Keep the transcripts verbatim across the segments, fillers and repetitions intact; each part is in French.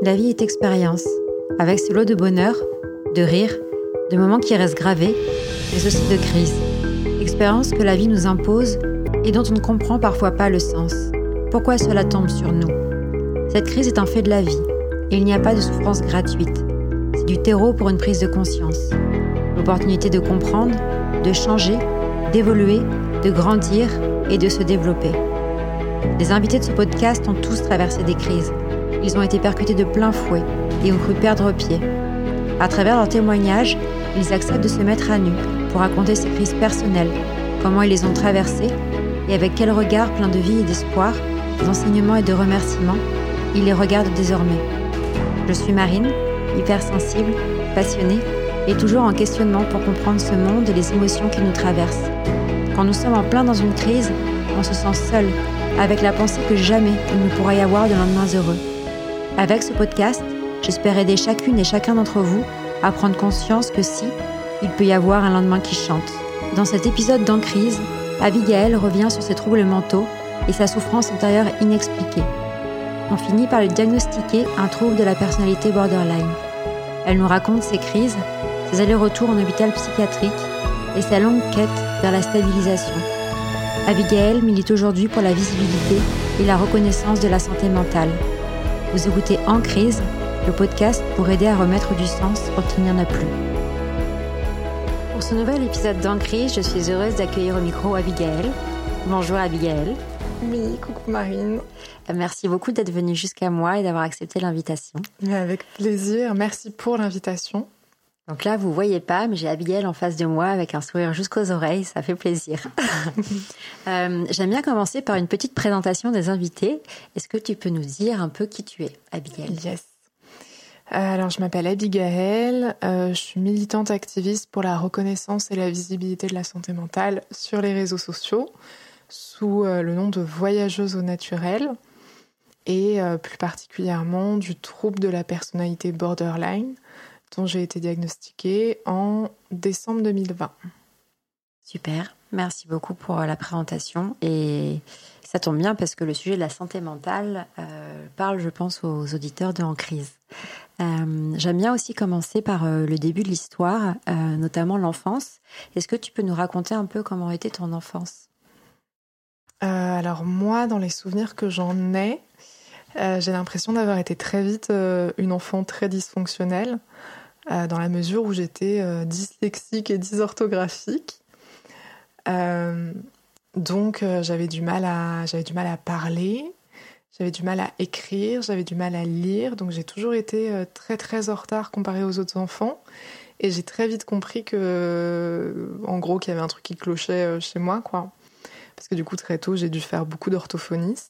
La vie est expérience, avec ses lots de bonheur, de rire, de moments qui restent gravés, mais aussi de crises. Expérience que la vie nous impose et dont on ne comprend parfois pas le sens. Pourquoi cela tombe sur nous? Cette crise est un fait de la vie, et il n'y a pas de souffrance gratuite. C'est du terreau pour une prise de conscience. L'opportunité de comprendre, de changer, d'évoluer, de grandir et de se développer. Les invités de ce podcast ont tous traversé des crises. Ils ont été percutés de plein fouet et ont cru perdre pied. À travers leurs témoignages, ils acceptent de se mettre à nu pour raconter ces crises personnelles, comment ils les ont traversées et avec quel regard plein de vie et d'espoir, d'enseignement et de remerciements, ils les regardent désormais. Je suis Marine, hypersensible, passionnée et toujours en questionnement pour comprendre ce monde et les émotions qui nous traversent. Quand nous sommes en plein dans une crise, on se sent seul, avec la pensée que jamais il ne pourra y avoir de lendemains heureux. Avec ce podcast, j'espère aider chacune et chacun d'entre vous à prendre conscience que si, il peut y avoir un lendemain qui chante. Dans cet épisode d'En crise, Abigaël revient sur ses troubles mentaux et sa souffrance intérieure inexpliquée. On finit par lui diagnostiquer un trouble de la personnalité borderline. Elle nous raconte ses crises, ses allers-retours en hôpital psychiatrique et sa longue quête vers la stabilisation. Abigaël milite aujourd'hui pour la visibilité et la reconnaissance de la santé mentale. Vous écoutez En crise, le podcast pour aider à remettre du sens quand il n'y en a plus. Pour ce nouvel épisode d'En crise, je suis heureuse d'accueillir au micro Abigaël. Bonjour Abigaël. Oui, coucou Marine. Merci beaucoup d'être venue jusqu'à moi et d'avoir accepté l'invitation. Avec plaisir, merci pour l'invitation. Donc là, vous ne voyez pas, mais j'ai Abigaël en face de moi avec un sourire jusqu'aux oreilles, ça fait plaisir. euh, j'aime bien commencer par une petite présentation des invités. Est-ce que tu peux nous dire un peu qui tu es, Abigaël? Yes. Alors, je m'appelle Abigaël, euh, je suis militante activiste pour la reconnaissance et la visibilité de la santé mentale sur les réseaux sociaux, sous euh, le nom de Voyageuse au naturel, et euh, plus particulièrement du trouble de la personnalité borderline, dont j'ai été diagnostiquée en décembre deux mille vingt. Super, merci beaucoup pour la présentation. Et ça tombe bien parce que le sujet de la santé mentale euh, parle, je pense, aux auditeurs de En crise. Euh, j'aime bien aussi commencer par euh, le début de l'histoire, euh, notamment l'enfance. Est-ce que tu peux nous raconter un peu comment était ton enfance ? euh, Alors moi, dans les souvenirs que j'en ai, euh, j'ai l'impression d'avoir été très vite euh, une enfant très dysfonctionnelle. Euh, dans la mesure où j'étais euh, dyslexique et dysorthographique. Euh, donc euh, j'avais du mal à, j'avais du mal à parler, j'avais du mal à écrire, j'avais du mal à lire, donc j'ai toujours été euh, très très en retard comparé aux autres enfants. Et j'ai très vite compris que, euh, en gros, qu'il y avait un truc qui clochait euh, chez moi, quoi. Parce que du coup, très tôt, j'ai dû faire beaucoup d'orthophonistes.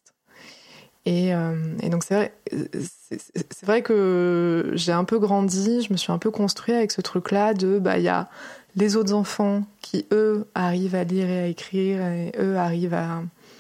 Et, euh, et donc c'est vrai, c'est, c'est vrai que j'ai un peu grandi, je me suis un peu construite avec ce truc-là de, bah, il y a les autres enfants qui, eux, arrivent à lire et à écrire, et eux arrivent à,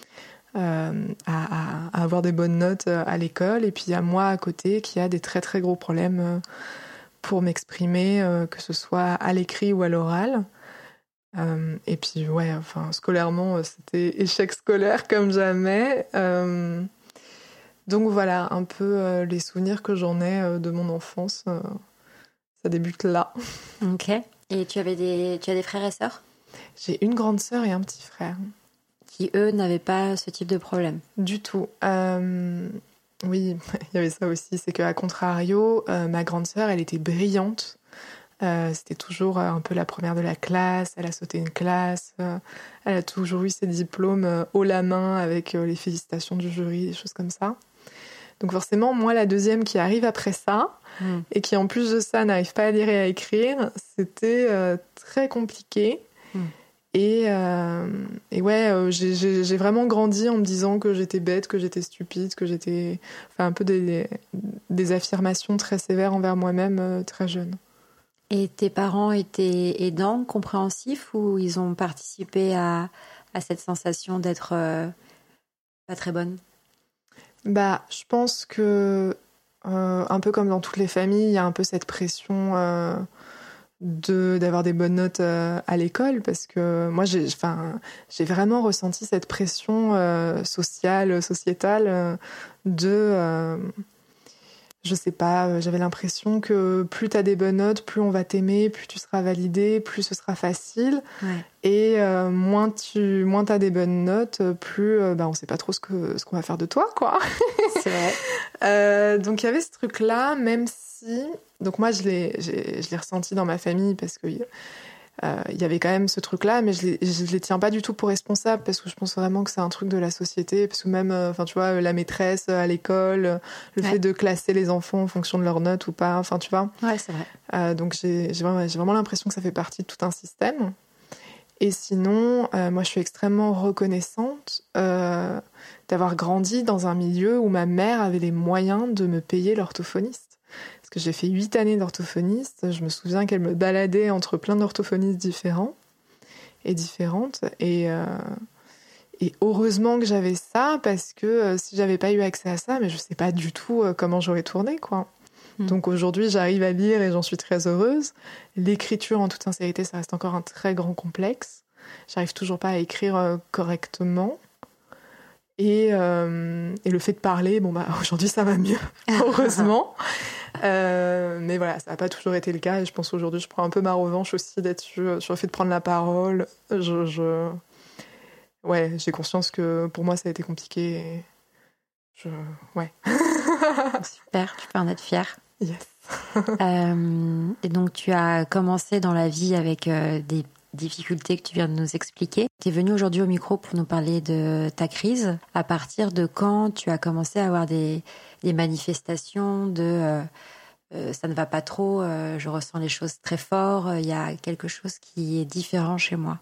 euh, à, à avoir des bonnes notes à l'école, et puis il y a moi à côté qui a des très très gros problèmes pour m'exprimer, que ce soit à l'écrit ou à l'oral. Euh, et puis ouais, enfin, scolairement, c'était échec scolaire comme jamais. Euh, Donc voilà, un peu euh, les souvenirs que j'en ai euh, de mon enfance, euh, ça débute là. Ok. Et tu avais des, tu as des frères et sœurs ? J'ai une grande sœur et un petit frère. Qui, eux, n'avaient pas ce type de problème ? Du tout. Euh, oui, il y avait ça aussi, c'est qu'à contrario, euh, ma grande sœur, elle était brillante. Euh, c'était toujours un peu la première de la classe, elle a sauté une classe, euh, elle a toujours eu ses diplômes euh, haut la main avec euh, les félicitations du jury, des choses comme ça. Donc forcément, moi, la deuxième qui arrive après ça, mmh. et qui en plus de ça n'arrive pas à lire et à écrire, c'était euh, très compliqué. Mmh. Et, euh, et ouais, euh, j'ai, j'ai, j'ai vraiment grandi en me disant que j'étais bête, que j'étais stupide, que j'étais... Enfin, un peu des, des affirmations très sévères envers moi-même euh, très jeune. Et tes parents étaient aidants, compréhensifs, ou ils ont participé à, à cette sensation d'être euh, pas très bonne ? Bah, je pense que, euh, un peu comme dans toutes les familles, il y a un peu cette pression euh, de, d'avoir des bonnes notes euh, à l'école, parce que moi, j'ai, enfin, j'ai vraiment ressenti cette pression euh, sociale, sociétale, euh, de... Euh, je sais pas, euh, j'avais l'impression que plus t'as des bonnes notes, plus on va t'aimer, plus tu seras validé, plus ce sera facile. Ouais. Et euh, moins tu moins t'as des bonnes notes, plus euh, bah, on sait pas trop ce, que, ce qu'on va faire de toi, quoi. C'est vrai. euh, donc il y avait ce truc-là, même si... Donc moi, je l'ai, j'ai, je l'ai ressenti dans ma famille parce que... Euh, il y avait quand même ce truc-là, mais je les, je les tiens pas du tout pour responsables parce que je pense vraiment que c'est un truc de la société. Parce que même, enfin, euh, tu vois, la maîtresse à l'école, euh, le ouais. fait de classer les enfants en fonction de leurs notes ou pas, enfin, tu vois. Ouais, c'est vrai. Euh, donc j'ai, j'ai, vraiment, j'ai vraiment l'impression que ça fait partie de tout un système. Et sinon, euh, moi, je suis extrêmement reconnaissante euh, d'avoir grandi dans un milieu où ma mère avait les moyens de me payer l'orthophoniste. Parce que j'ai fait huit années d'orthophoniste. Je me souviens qu'elle me baladait entre plein d'orthophonistes différents et différentes. Et, euh, et heureusement que j'avais ça, parce que euh, si j'avais pas eu accès à ça, mais je sais pas du tout euh, comment j'aurais tourné, quoi. Mmh. Donc aujourd'hui, j'arrive à lire et j'en suis très heureuse. L'écriture, en toute sincérité, ça reste encore un très grand complexe. J'arrive toujours pas à écrire euh, correctement. Et, euh, et le fait de parler, bon bah aujourd'hui ça va mieux, heureusement. euh, mais voilà, ça n'a pas toujours été le cas. Et je pense aujourd'hui, je prends un peu ma revanche aussi là-dessus, sur le fait de prendre la parole. Je, je... Ouais, j'ai conscience que pour moi ça a été compliqué. Et je... Ouais. Super, tu peux en être fière. Yes. euh, et donc tu as commencé dans la vie avec euh, des difficultés que tu viens de nous expliquer. Tu es venue aujourd'hui au micro pour nous parler de ta crise. À partir de quand tu as commencé à avoir des, des manifestations de euh, euh, ça ne va pas trop, euh, je ressens les choses très fort, il y a quelque chose qui est différent chez moi?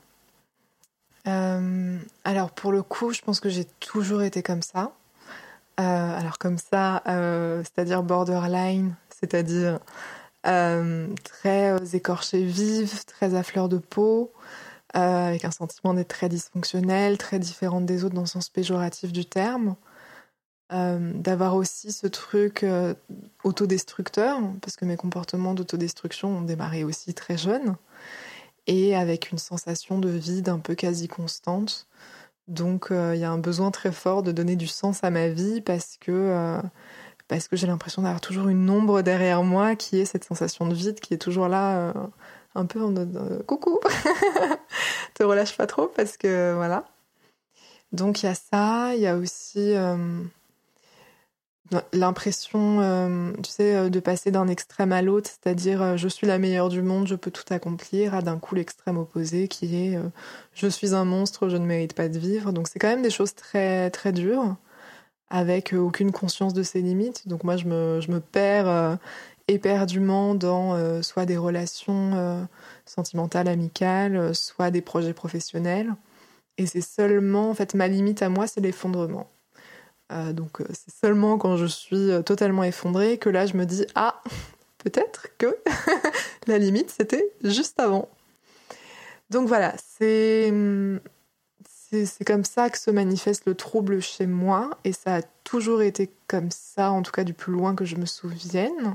euh, Alors pour le coup, je pense que j'ai toujours été comme ça. Euh, alors comme ça, euh, c'est-à-dire borderline, c'est-à-dire Euh, très euh, écorchée vive, très à fleur de peau, euh, avec un sentiment d'être très dysfonctionnelle, très différente des autres dans le sens péjoratif du terme. Euh, d'avoir aussi ce truc euh, autodestructeur, parce que mes comportements d'autodestruction ont démarré aussi très jeune, et avec une sensation de vide un peu quasi constante. Donc il euh, y a un besoin très fort de donner du sens à ma vie parce que... Euh, parce que j'ai l'impression d'avoir toujours une ombre derrière moi qui est cette sensation de vide qui est toujours là, euh, un peu en mode euh, « coucou, te relâche pas trop » parce que voilà. Donc il y a ça, il y a aussi euh, l'impression, euh, tu sais, de passer d'un extrême à l'autre, c'est-à-dire euh, je suis la meilleure du monde, je peux tout accomplir, à d'un coup l'extrême opposé qui est euh, je suis un monstre, je ne mérite pas de vivre. Donc c'est quand même des choses très, très dures, avec aucune conscience de ses limites. Donc moi, je me, je me perds euh, éperdument dans euh, soit des relations euh, sentimentales, amicales, soit des projets professionnels. Et c'est seulement, en fait, ma limite à moi, c'est l'effondrement. Euh, donc euh, c'est seulement quand je suis totalement effondrée que là, je me dis « Ah, peut-être que la limite, c'était juste avant. » Donc voilà, c'est... C'est, c'est comme ça que se manifeste le trouble chez moi, et ça a toujours été comme ça, en tout cas du plus loin que je me souvienne.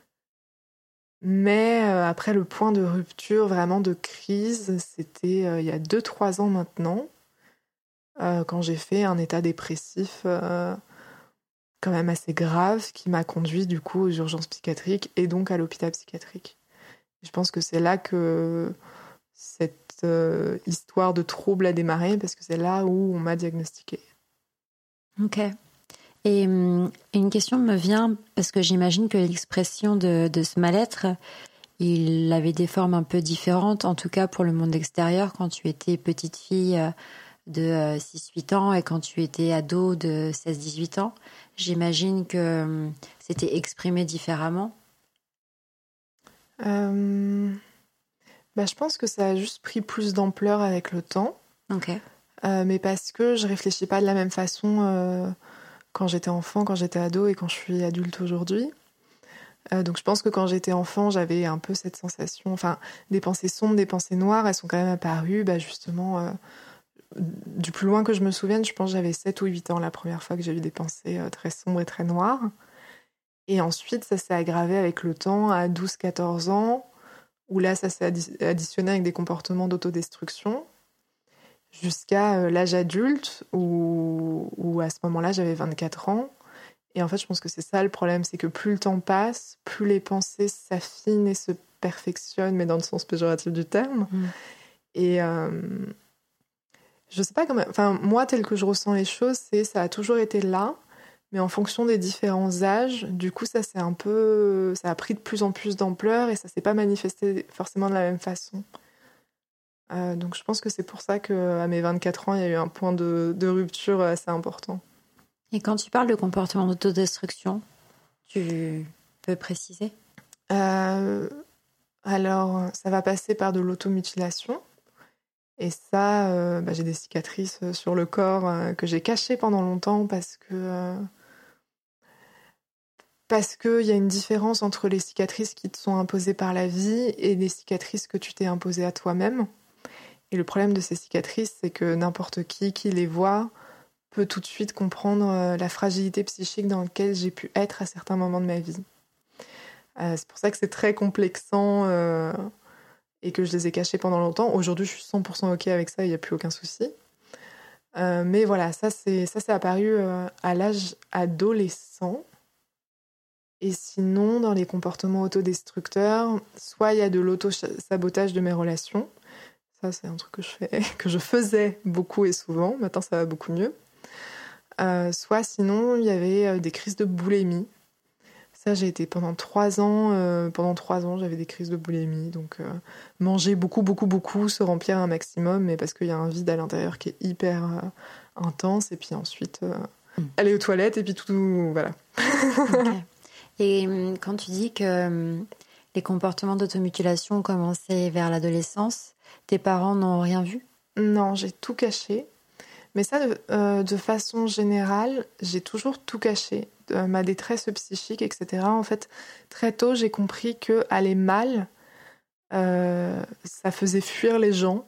Mais euh, après, le point de rupture, vraiment de crise, c'était euh, il y a deux trois ans maintenant, euh, quand j'ai fait un état dépressif euh, quand même assez grave, qui m'a conduit du coup aux urgences psychiatriques et donc à l'hôpital psychiatrique. Je pense que c'est là que cette Euh, histoire de trouble a démarré, parce que c'est là où on m'a diagnostiquée. Ok. Et hum, une question me vient, parce que j'imagine que l'expression de, de ce mal-être, il avait des formes un peu différentes, en tout cas pour le monde extérieur, quand tu étais petite fille de six huit ans et quand tu étais ado de seize dix-huit ans. J'imagine que hum, c'était exprimé différemment. Euh... Bah, je pense que ça a juste pris plus d'ampleur avec le temps. Ok. Euh, mais parce que je réfléchis pas de la même façon euh, quand j'étais enfant, quand j'étais ado et quand je suis adulte aujourd'hui. Euh, donc je pense que quand j'étais enfant, j'avais un peu cette sensation, enfin, des pensées sombres, des pensées noires, elles sont quand même apparues, bah, justement, euh, du plus loin que je me souvienne, je pense que j'avais sept ou huit ans la première fois que j'ai eu des pensées euh, très sombres et très noires. Et ensuite, ça s'est aggravé avec le temps, à douze quatorze ans, où là, ça s'est additionné avec des comportements d'autodestruction, jusqu'à l'âge adulte, où, où à ce moment-là, j'avais vingt-quatre ans, Et en fait, je pense que c'est ça le problème, c'est que plus le temps passe, plus les pensées s'affinent et se perfectionnent, mais dans le sens péjoratif du terme. Mmh. Et euh, je sais pas comment... Enfin, moi, tel que je ressens les choses, c'est ça a toujours été là, mais en fonction des différents âges, du coup, ça c'est un peu... Ça a pris de plus en plus d'ampleur et ça s'est pas manifesté forcément de la même façon. Euh, donc je pense que c'est pour ça qu'à mes vingt-quatre ans, il y a eu un point de, de rupture assez important. Et quand tu parles de comportement d'autodestruction, tu peux préciser ? euh, Alors, ça va passer par de l'automutilation. Et ça, euh, bah, j'ai des cicatrices sur le corps euh, que j'ai cachées pendant longtemps parce que... Euh, parce qu'il y a une différence entre les cicatrices qui te sont imposées par la vie et les cicatrices que tu t'es imposées à toi-même. Et le problème de ces cicatrices, c'est que n'importe qui qui les voit peut tout de suite comprendre la fragilité psychique dans laquelle j'ai pu être à certains moments de ma vie. Euh, c'est pour ça que c'est très complexant euh, et que je les ai cachés pendant longtemps. Aujourd'hui, je suis cent pour cent OK avec ça, il n'y a plus aucun souci. Euh, mais voilà, ça c'est, ça, c'est apparu euh, à l'âge adolescent. Et sinon, dans les comportements autodestructeurs, soit il y a de l'auto-sabotage de mes relations. Ça, c'est un truc que je fais, que je faisais beaucoup et souvent. Maintenant, ça va beaucoup mieux. Euh, soit sinon, il y avait euh, des crises de boulimie. Ça, j'ai été pendant trois ans. Euh, pendant trois ans, j'avais des crises de boulimie. Donc, euh, manger beaucoup, beaucoup, beaucoup, se remplir un maximum, mais parce qu'il y a un vide à l'intérieur qui est hyper euh, intense. Et puis ensuite, euh, mmh. aller aux toilettes et puis tout, tout voilà. Okay. Et quand tu dis que les comportements d'automutilation ont commencé vers l'adolescence, tes parents n'ont rien vu ? Non, j'ai tout caché. Mais ça, de, euh, de façon générale, j'ai toujours tout caché. Euh, ma détresse psychique, et cetera. En fait, très tôt, j'ai compris que aller mal, euh, ça faisait fuir les gens.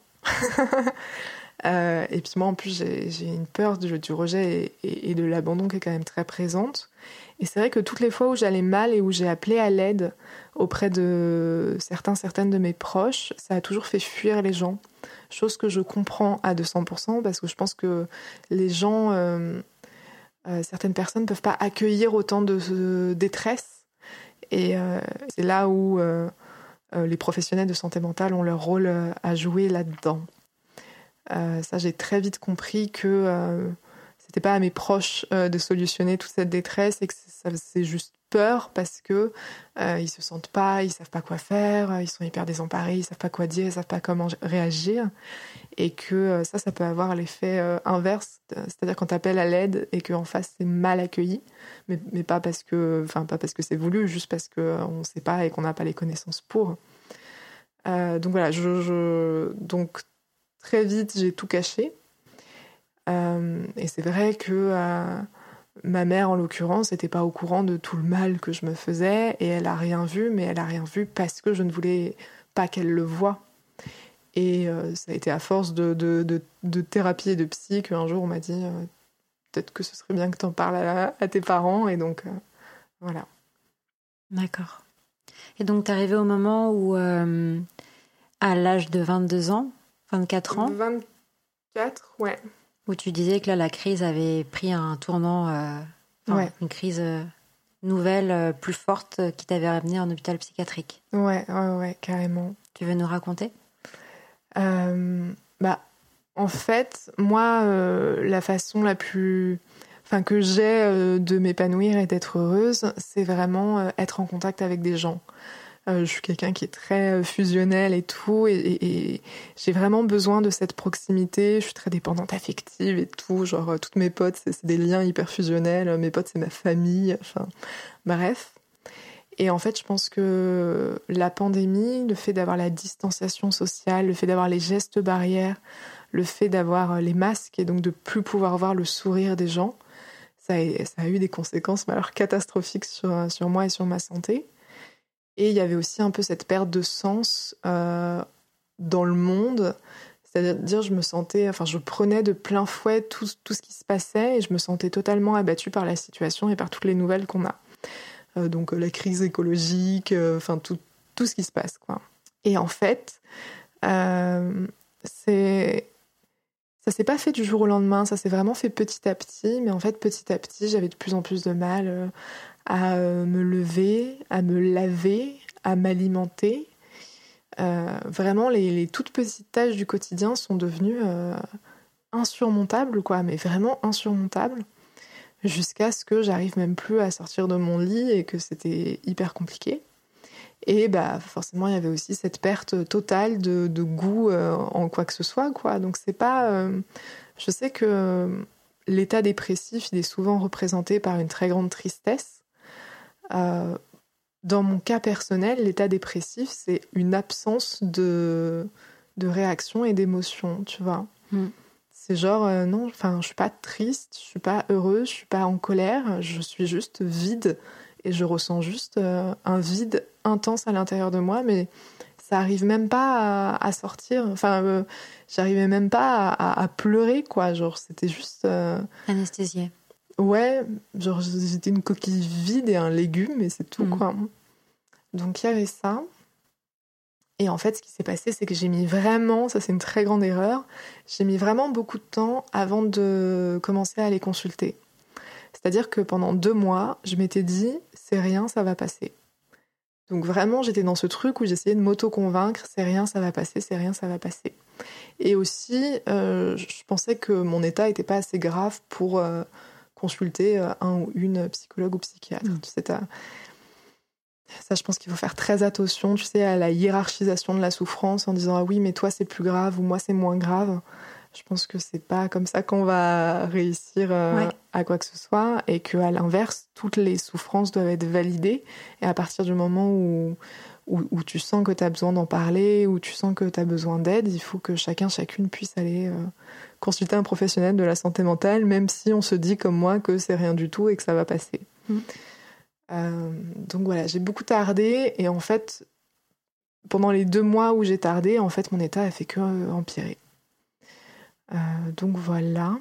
euh, et puis moi, en plus, j'ai, j'ai une peur du, du rejet et, et, et de l'abandon qui est quand même très présente. Et c'est vrai que toutes les fois où j'allais mal et où j'ai appelé à l'aide auprès de certains, certaines de mes proches, ça a toujours fait fuir les gens. Chose que je comprends à deux cents pour cent parce que je pense que les gens, euh, euh, certaines personnes ne peuvent pas accueillir autant de euh, détresse. Et euh, c'est là où euh, euh, les professionnels de santé mentale ont leur rôle euh, à jouer là-dedans. Euh, ça, j'ai très vite compris que euh, c'était pas à mes proches euh, de solutionner toute cette détresse et que ça faisait juste peur parce que euh, ils se sentent pas, ils savent pas quoi faire, ils sont hyper désemparés, ils savent pas quoi dire, ils savent pas comment réagir et que euh, ça, ça peut avoir l'effet euh, inverse, c'est-à-dire quand t'appelles à l'aide et qu'en face c'est mal accueilli, mais, mais pas parce que, enfin pas parce que c'est voulu, juste parce que euh, on sait pas et qu'on n'a pas les connaissances pour. Euh, donc voilà, je, je donc très vite j'ai tout caché. Euh, et c'est vrai que euh, ma mère, en l'occurrence, n'était pas au courant de tout le mal que je me faisais et elle a rien vu, mais elle a rien vu parce que je ne voulais pas qu'elle le voie. Et euh, ça a été à force de, de, de, de thérapie et de psy qu'un jour on m'a dit euh, peut-être que ce serait bien que tu en parles à, à tes parents. Et donc, euh, voilà. D'accord. Et donc, tu es arrivée au moment où, euh, à l'âge de vingt-deux ans, vingt-quatre ans vingt-quatre, ouais. Où tu disais que là, la crise avait pris un tournant, euh, ouais. une crise euh, nouvelle, euh, plus forte, euh, qui t'avait ramené en hôpital psychiatrique. Ouais, ouais, ouais, carrément. Tu veux nous raconter ? euh, Bah, en fait, moi, euh, la façon la plus... Enfin, que j'ai euh, de m'épanouir et d'être heureuse, c'est vraiment euh, être en contact avec des gens. Euh, je suis quelqu'un qui est très fusionnel et tout, et, et, et j'ai vraiment besoin de cette proximité. Je suis très dépendante affective et tout. Genre, euh, toutes mes potes, c'est, c'est des liens hyper fusionnels. Mes potes, c'est ma famille. Enfin, bref. Et en fait, je pense que la pandémie, le fait d'avoir la distanciation sociale, le fait d'avoir les gestes barrières, le fait d'avoir les masques et donc de plus pouvoir voir le sourire des gens, ça a, ça a eu des conséquences mais alors catastrophiques sur, sur moi et sur ma santé. Et il y avait aussi un peu cette perte de sens euh, dans le monde. C'est-à-dire, je me sentais, enfin, je prenais de plein fouet tout, tout ce qui se passait et je me sentais totalement abattue par la situation et par toutes les nouvelles qu'on a. Euh, donc, la crise écologique, euh, enfin, tout, tout ce qui se passe, quoi. Et en fait, euh, c'est, ça s'est pas fait du jour au lendemain, ça s'est vraiment fait petit à petit. Mais en fait, petit à petit, j'avais de plus en plus de mal euh, à euh, me lever, à me laver, à m'alimenter. Euh, vraiment, les, les toutes petites tâches du quotidien sont devenues euh, insurmontables, quoi, mais vraiment insurmontables, jusqu'à ce que j'arrive même plus à sortir de mon lit et que c'était hyper compliqué. Et bah, forcément, il y avait aussi cette perte totale de, de goût euh, en quoi que ce soit, quoi. Donc, c'est pas. Euh, je sais que euh, l'état dépressif, il est souvent représenté par une très grande tristesse. Euh, dans mon cas personnel, l'état dépressif, c'est une absence de, de réaction et d'émotion, tu vois. Mm. C'est genre, euh, non, enfin, je suis pas triste, je suis pas heureuse, je suis pas en colère, je suis juste vide. Et je ressens juste euh, un vide intense à l'intérieur de moi, mais ça arrive même pas à, à sortir. Enfin, euh, j'arrivais même pas à, à, à pleurer, quoi. Genre, c'était juste... Euh... Anesthésié. Ouais, genre, j'étais une coquille vide et un légume, et c'est tout, mmh. quoi. Donc, il y avait ça. Et en fait, ce qui s'est passé, c'est que j'ai mis vraiment... Ça, c'est une très grande erreur. J'ai mis vraiment beaucoup de temps avant de commencer à aller consulter. C'est-à-dire que pendant deux mois, je m'étais dit, c'est rien, ça va passer. Donc vraiment, j'étais dans ce truc où j'essayais de m'auto-convaincre, c'est rien, ça va passer, c'est rien, ça va passer. Et aussi, euh, je pensais que mon état n'était pas assez grave pour euh, consulter euh, un ou une psychologue ou psychiatre. Mmh. Tu sais, t'as... Ça, je pense qu'il faut faire très attention, tu sais, à la hiérarchisation de la souffrance en disant, ah oui, mais toi, c'est plus grave ou moi, c'est moins grave. Je pense que c'est pas comme ça qu'on va réussir euh, ouais. à quoi que ce soit, et qu'à l'inverse, toutes les souffrances doivent être validées. Et à partir du moment où, où, où tu sens que tu as besoin d'en parler, où tu sens que tu as besoin d'aide, il faut que chacun, chacune puisse aller euh, consulter un professionnel de la santé mentale, même si on se dit comme moi que c'est rien du tout et que ça va passer. Mmh. Euh, donc voilà, j'ai beaucoup tardé, et en fait, pendant les deux mois où j'ai tardé, en fait, mon état a fait que euh, empirer. Euh, donc voilà.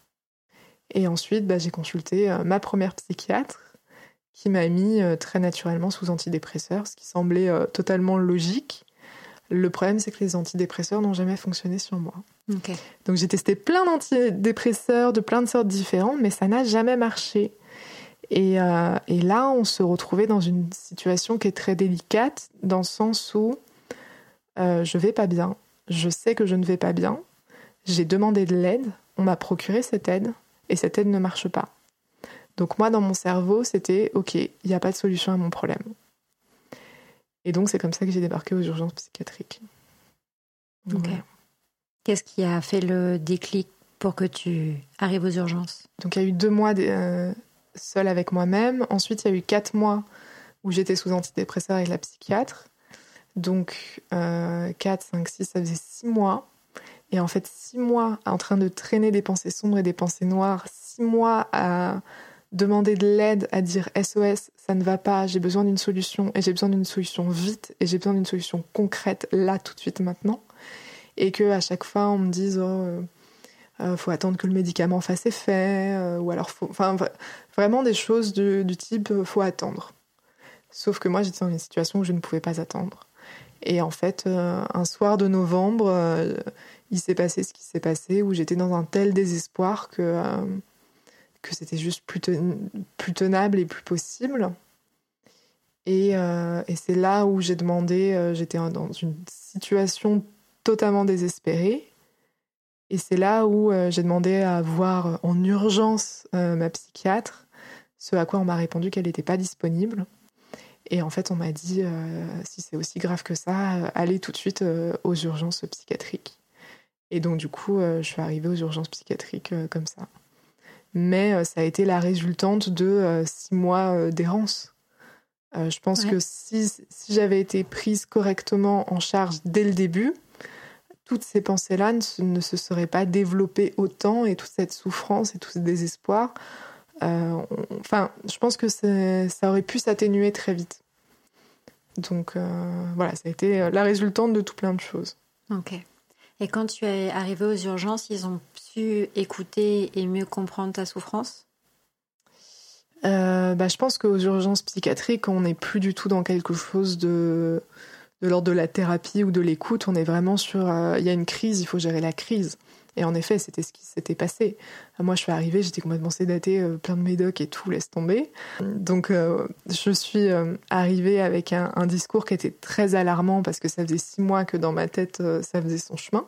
Et ensuite, bah, j'ai consulté euh, ma première psychiatre qui m'a mis euh, très naturellement sous antidépresseurs, ce qui semblait euh, totalement logique. Le problème, c'est que les antidépresseurs n'ont jamais fonctionné sur moi. Okay. Donc j'ai testé plein d'antidépresseurs de plein de sortes différentes, mais ça n'a jamais marché. Et, euh, et là, on se retrouvait dans une situation qui est très délicate, dans le sens où euh, je vais pas bien. Je sais que je ne vais pas bien. J'ai demandé de l'aide, on m'a procuré cette aide, et cette aide ne marche pas. Donc moi, dans mon cerveau, c'était « Ok, il n'y a pas de solution à mon problème ». Et donc, c'est comme ça que j'ai débarqué aux urgences psychiatriques. Donc, ok. Voilà. Qu'est-ce qui a fait le déclic pour que tu arrives aux urgences ? Donc, il y a eu deux mois euh, seule avec moi-même. Ensuite, il y a eu quatre mois où j'étais sous antidépresseurs avec la psychiatre. Donc, euh, quatre, cinq, six, ça faisait six mois. Et en fait, six mois en train de traîner des pensées sombres et des pensées noires, six mois à demander de l'aide, à dire S O S, ça ne va pas, j'ai besoin d'une solution, et j'ai besoin d'une solution vite, et j'ai besoin d'une solution concrète, là, tout de suite, maintenant. Et qu'à chaque fois, on me dise, oh, euh, euh, faut attendre que le médicament fasse effet, euh, ou alors, faut... enfin, vraiment des choses du, du type, euh, faut attendre. Sauf que moi, j'étais dans une situation où je ne pouvais pas attendre. Et en fait, euh, un soir de novembre, euh, il s'est passé ce qui s'est passé, où j'étais dans un tel désespoir que, euh, que c'était juste plus, ten- plus tenable et plus possible. Et, euh, et c'est là où j'ai demandé, euh, j'étais dans une situation totalement désespérée, et c'est là où euh, j'ai demandé à voir en urgence euh, ma psychiatre, ce à quoi on m'a répondu qu'elle n'était pas disponible. Et en fait, on m'a dit, euh, si c'est aussi grave que ça, euh, allez tout de suite euh, aux urgences psychiatriques. Et donc, du coup, euh, je suis arrivée aux urgences psychiatriques euh, comme ça. Mais euh, ça a été la résultante de euh, six mois euh, d'errance. Euh, je pense ouais. que si, si j'avais été prise correctement en charge dès le début, toutes ces pensées-là ne, ne se seraient pas développées autant, et toute cette souffrance et tout ce désespoir... Euh, on, enfin, je pense que c'est, ça aurait pu s'atténuer très vite. Donc euh, voilà, ça a été la résultante de tout plein de choses. Ok. Et quand tu es arrivée aux urgences, ils ont su écouter et mieux comprendre ta souffrance ? euh, bah, Je pense qu'aux urgences psychiatriques, on n'est plus du tout dans quelque chose de, de l'ordre de la thérapie ou de l'écoute. On est vraiment sur... Il euh, y a une crise, il faut gérer la crise. Et en effet, c'était ce qui s'était passé. Moi, je suis arrivée, j'étais complètement sédatée, euh, plein de médocs et tout, laisse tomber. Donc, euh, je suis euh, arrivée avec un, un discours qui était très alarmant parce que ça faisait six mois que dans ma tête, euh, ça faisait son chemin.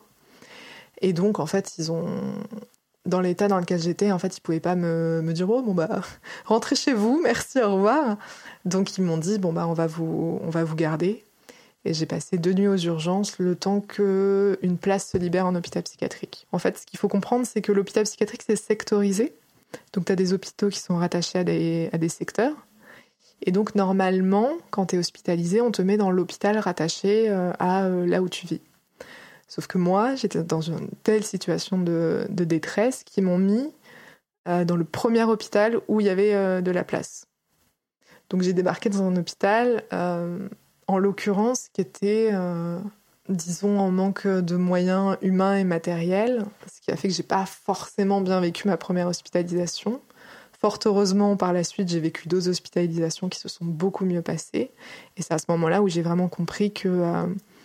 Et donc, en fait, ils ont... Dans l'état dans lequel j'étais, en fait, ils pouvaient pas me, me dire « Oh, bon, bah, rentrez chez vous, merci, au revoir ». Donc, ils m'ont dit « Bon, bah, on va vous, on va vous garder ». Et j'ai passé deux nuits aux urgences le temps qu'une place se libère en hôpital psychiatrique. En fait, ce qu'il faut comprendre, c'est que l'hôpital psychiatrique, c'est sectorisé. Donc, tu as des hôpitaux qui sont rattachés à des, à des secteurs. Et donc, normalement, quand tu es hospitalisé, on te met dans l'hôpital rattaché à là où tu vis. Sauf que moi, j'étais dans une telle situation de, de détresse qu'ils m'ont mis euh, dans le premier hôpital où il y avait euh, de la place. Donc j'ai débarqué dans un hôpital, euh, en l'occurrence, qui était, euh, disons, en manque de moyens humains et matériels, ce qui a fait que j'ai pas forcément bien vécu ma première hospitalisation. Fort heureusement, par la suite, j'ai vécu d'autres hospitalisations qui se sont beaucoup mieux passées. Et c'est à ce moment-là où j'ai vraiment compris que... Euh,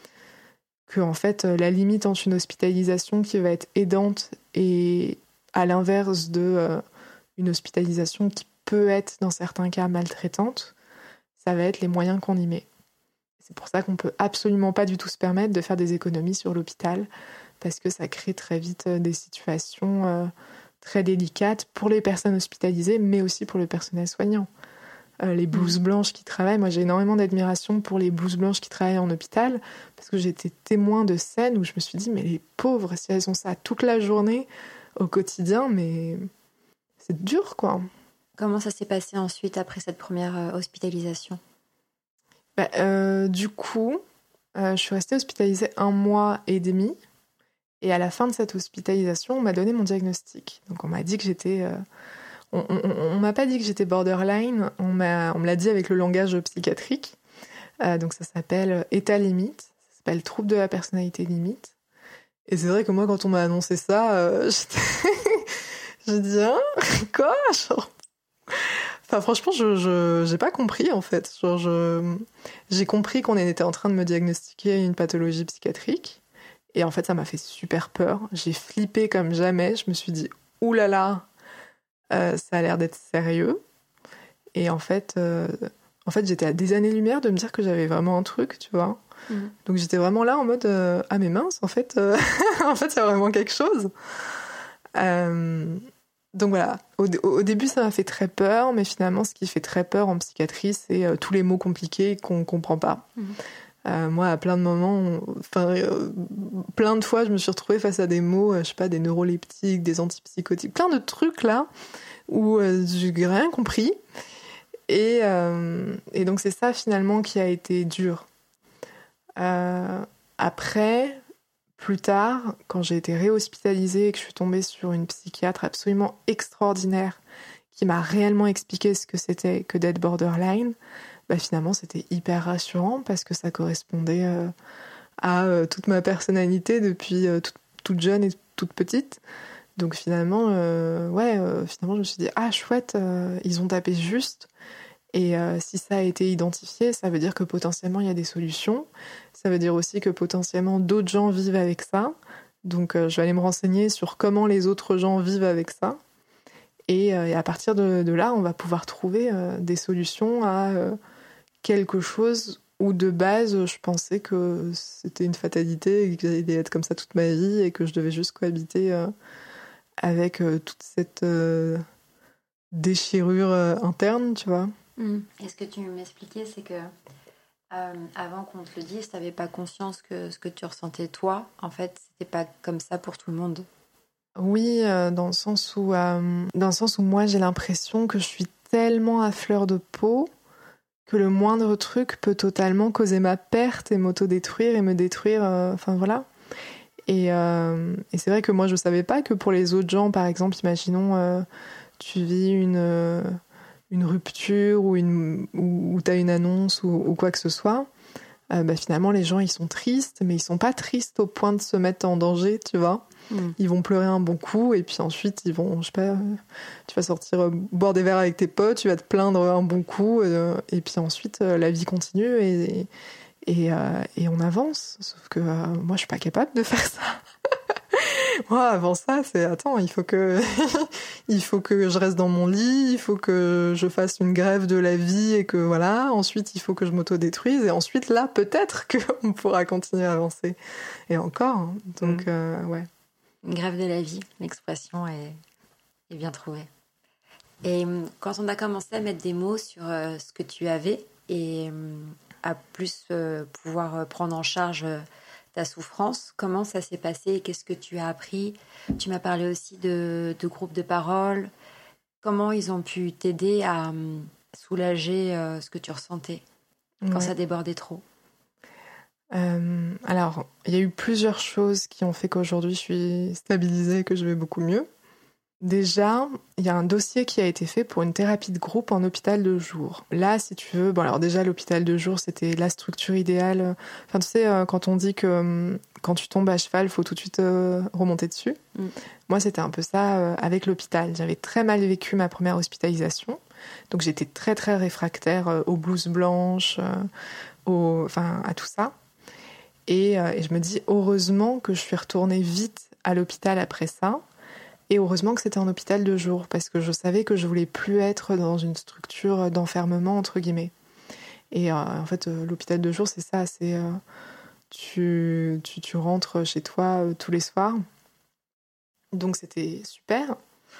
que en fait, la limite entre une hospitalisation qui va être aidante et à l'inverse de euh, une hospitalisation qui peut être dans certains cas maltraitante, ça va être les moyens qu'on y met. C'est pour ça qu'on peut absolument pas du tout se permettre de faire des économies sur l'hôpital parce que ça crée très vite des situations euh, très délicates pour les personnes hospitalisées mais aussi pour le personnel soignant. Euh, les blouses blanches qui travaillent. Moi, j'ai énormément d'admiration pour les blouses blanches qui travaillent en hôpital parce que j'ai été témoin de scènes où je me suis dit, mais les pauvres, si elles ont ça toute la journée au quotidien, mais c'est dur, quoi. Comment ça s'est passé ensuite après cette première euh, hospitalisation ? bah, euh, Du coup, euh, je suis restée hospitalisée un mois et demi et à la fin de cette hospitalisation, on m'a donné mon diagnostic. Donc, on m'a dit que j'étais... Euh, On, on, on m'a pas dit que j'étais borderline, on, m'a, on me l'a dit avec le langage psychiatrique. Euh, donc ça s'appelle état limite, ça s'appelle trouble de la personnalité limite. Et c'est vrai que moi, quand on m'a annoncé ça, euh, j'ai dit hein, quoi genre... Enfin, franchement, je, je j'ai pas compris en fait. Genre, je, j'ai compris qu'on était en train de me diagnostiquer une pathologie psychiatrique. Et en fait, ça m'a fait super peur. J'ai flippé comme jamais. Je me suis dit oulala. Là là, Euh, ça a l'air d'être sérieux. Et en fait, euh, en fait, j'étais à des années-lumière de me dire que j'avais vraiment un truc, tu vois. Mmh. Donc j'étais vraiment là en mode euh, ah mais mince, en fait, euh, en fait, il y a vraiment quelque chose. Euh, donc voilà. Au, au début, ça m'a fait très peur, mais finalement, ce qui fait très peur en psychiatrie, c'est euh, tous les mots compliqués qu'on comprend pas. Mmh. Euh, moi, à plein de moments, enfin, euh, plein de fois, je me suis retrouvée face à des mots, euh, je sais pas, des neuroleptiques, des antipsychotiques, plein de trucs là où euh, j'ai rien compris. Et, euh, et donc, c'est ça finalement qui a été dur. Euh, après, plus tard, quand j'ai été réhospitalisée et que je suis tombée sur une psychiatre absolument extraordinaire qui m'a réellement expliqué ce que c'était que d'être borderline, bah finalement c'était hyper rassurant parce que ça correspondait euh, à euh, toute ma personnalité depuis euh, toute, toute jeune et toute petite. Donc finalement, euh, ouais, euh, finalement je me suis dit ah chouette, euh, ils ont tapé juste. Et euh, si ça a été identifié, ça veut dire que potentiellement il y a des solutions. Ça veut dire aussi que potentiellement d'autres gens vivent avec ça. Donc euh, je vais aller me renseigner sur comment les autres gens vivent avec ça. Et, euh, et à partir de, de là, on va pouvoir trouver euh, des solutions à euh, quelque chose où de base, je pensais que c'était une fatalité et que j'allais être comme ça toute ma vie et que je devais juste cohabiter euh, avec euh, toute cette euh, déchirure euh, interne, tu vois. Mmh. Et ce que tu m'expliquais, c'est que euh, avant qu'on te le dise, tu n'avais pas conscience que ce que tu ressentais toi, en fait, c'était pas comme ça pour tout le monde. Oui, euh, dans le sens où, euh, dans le sens où moi j'ai l'impression que je suis tellement à fleur de peau que le moindre truc peut totalement causer ma perte et m'autodétruire et me détruire. Enfin euh, voilà. Et, euh, et c'est vrai que moi je savais pas que pour les autres gens, par exemple, imaginons euh, tu vis une euh, une rupture ou une ou, ou t'as une annonce ou, ou quoi que ce soit. Euh, bah, finalement les gens ils sont tristes, mais ils sont pas tristes au point de se mettre en danger, tu vois. Mmh. Ils vont pleurer un bon coup et puis ensuite ils vont, je sais pas, euh, tu vas sortir euh, boire des verres avec tes potes, tu vas te plaindre un bon coup euh, et puis ensuite euh, la vie continue et et, euh, et on avance. Sauf que euh, moi je suis pas capable de faire ça. Moi, avant ça, c'est attends, il faut que il faut que je reste dans mon lit, il faut que je fasse une grève de la vie et que voilà. Ensuite, il faut que je m'autodétruise et ensuite là, peut-être qu'on pourra continuer à avancer. Et encore, hein. Donc mmh. euh, ouais. Une grève de la vie, l'expression est, est bien trouvée. Et quand on a commencé à mettre des mots sur euh, ce que tu avais et euh, à plus euh, pouvoir euh, prendre en charge euh, ta souffrance, comment ça s'est passé? Qu'est-ce que tu as appris? Tu m'as parlé aussi de, de groupes de parole. Comment ils ont pu t'aider à euh, soulager euh, ce que tu ressentais quand ouais. ça débordait trop? euh, Alors, il y a eu plusieurs choses qui ont fait qu'aujourd'hui je suis stabilisée et que je vais beaucoup mieux. Déjà, il y a un dossier qui a été fait pour une thérapie de groupe en hôpital de jour. Là, si tu veux, bon alors déjà l'hôpital de jour, c'était la structure idéale. Enfin, tu sais, quand on dit que quand tu tombes à cheval, il faut tout de suite euh, remonter dessus. Mm. Moi, c'était un peu ça euh, avec l'hôpital. J'avais très mal vécu ma première hospitalisation, donc j'étais très très réfractaire euh, aux blouses blanches, euh, aux, enfin à tout ça. Et, euh, et je me dis heureusement que je suis retournée vite à l'hôpital après ça. Et heureusement que c'était un hôpital de jour, parce que je savais que je voulais plus être dans une structure d'enfermement, entre guillemets. Et euh, en fait, euh, l'hôpital de jour, c'est ça, c'est... Euh, tu, tu, tu rentres chez toi euh, tous les soirs. Donc c'était super.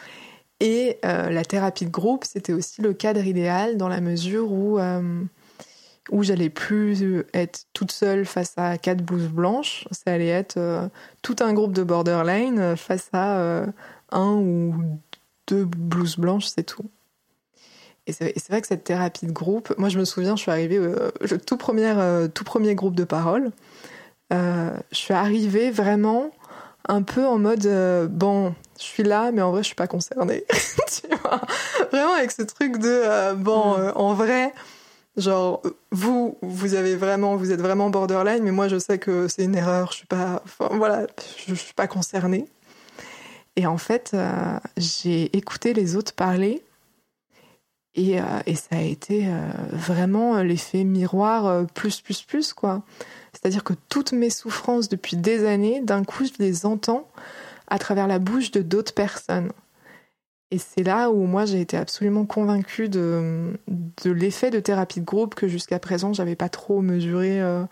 Et euh, la thérapie de groupe, c'était aussi le cadre idéal, dans la mesure où, euh, où j'allais plus être toute seule face à quatre blouses blanches. Ça allait être euh, tout un groupe de borderline face à... Euh, un ou deux blouses blanches, c'est tout. Et c'est, et c'est vrai que cette thérapie de groupe, moi je me souviens, je suis arrivée euh, le tout premier, euh, tout premier groupe de parole, euh, je suis arrivée vraiment un peu en mode euh, bon, je suis là, mais en vrai je suis pas concernée. Tu vois, vraiment avec ce truc de euh, bon, euh, en vrai, genre vous, vous avez vraiment, vous êtes vraiment borderline, mais moi je sais que c'est une erreur, je suis pas, enfin voilà, je, je suis pas concernée. Et en fait, euh, j'ai écouté les autres parler et, euh, et ça a été euh, vraiment l'effet miroir euh, plus, plus, plus, quoi. C'est-à-dire que toutes mes souffrances depuis des années, d'un coup, je les entends à travers la bouche de d'autres personnes. Et c'est là où moi, j'ai été absolument convaincue de, de l'effet de thérapie de groupe que jusqu'à présent, j'avais pas trop mesuré euh,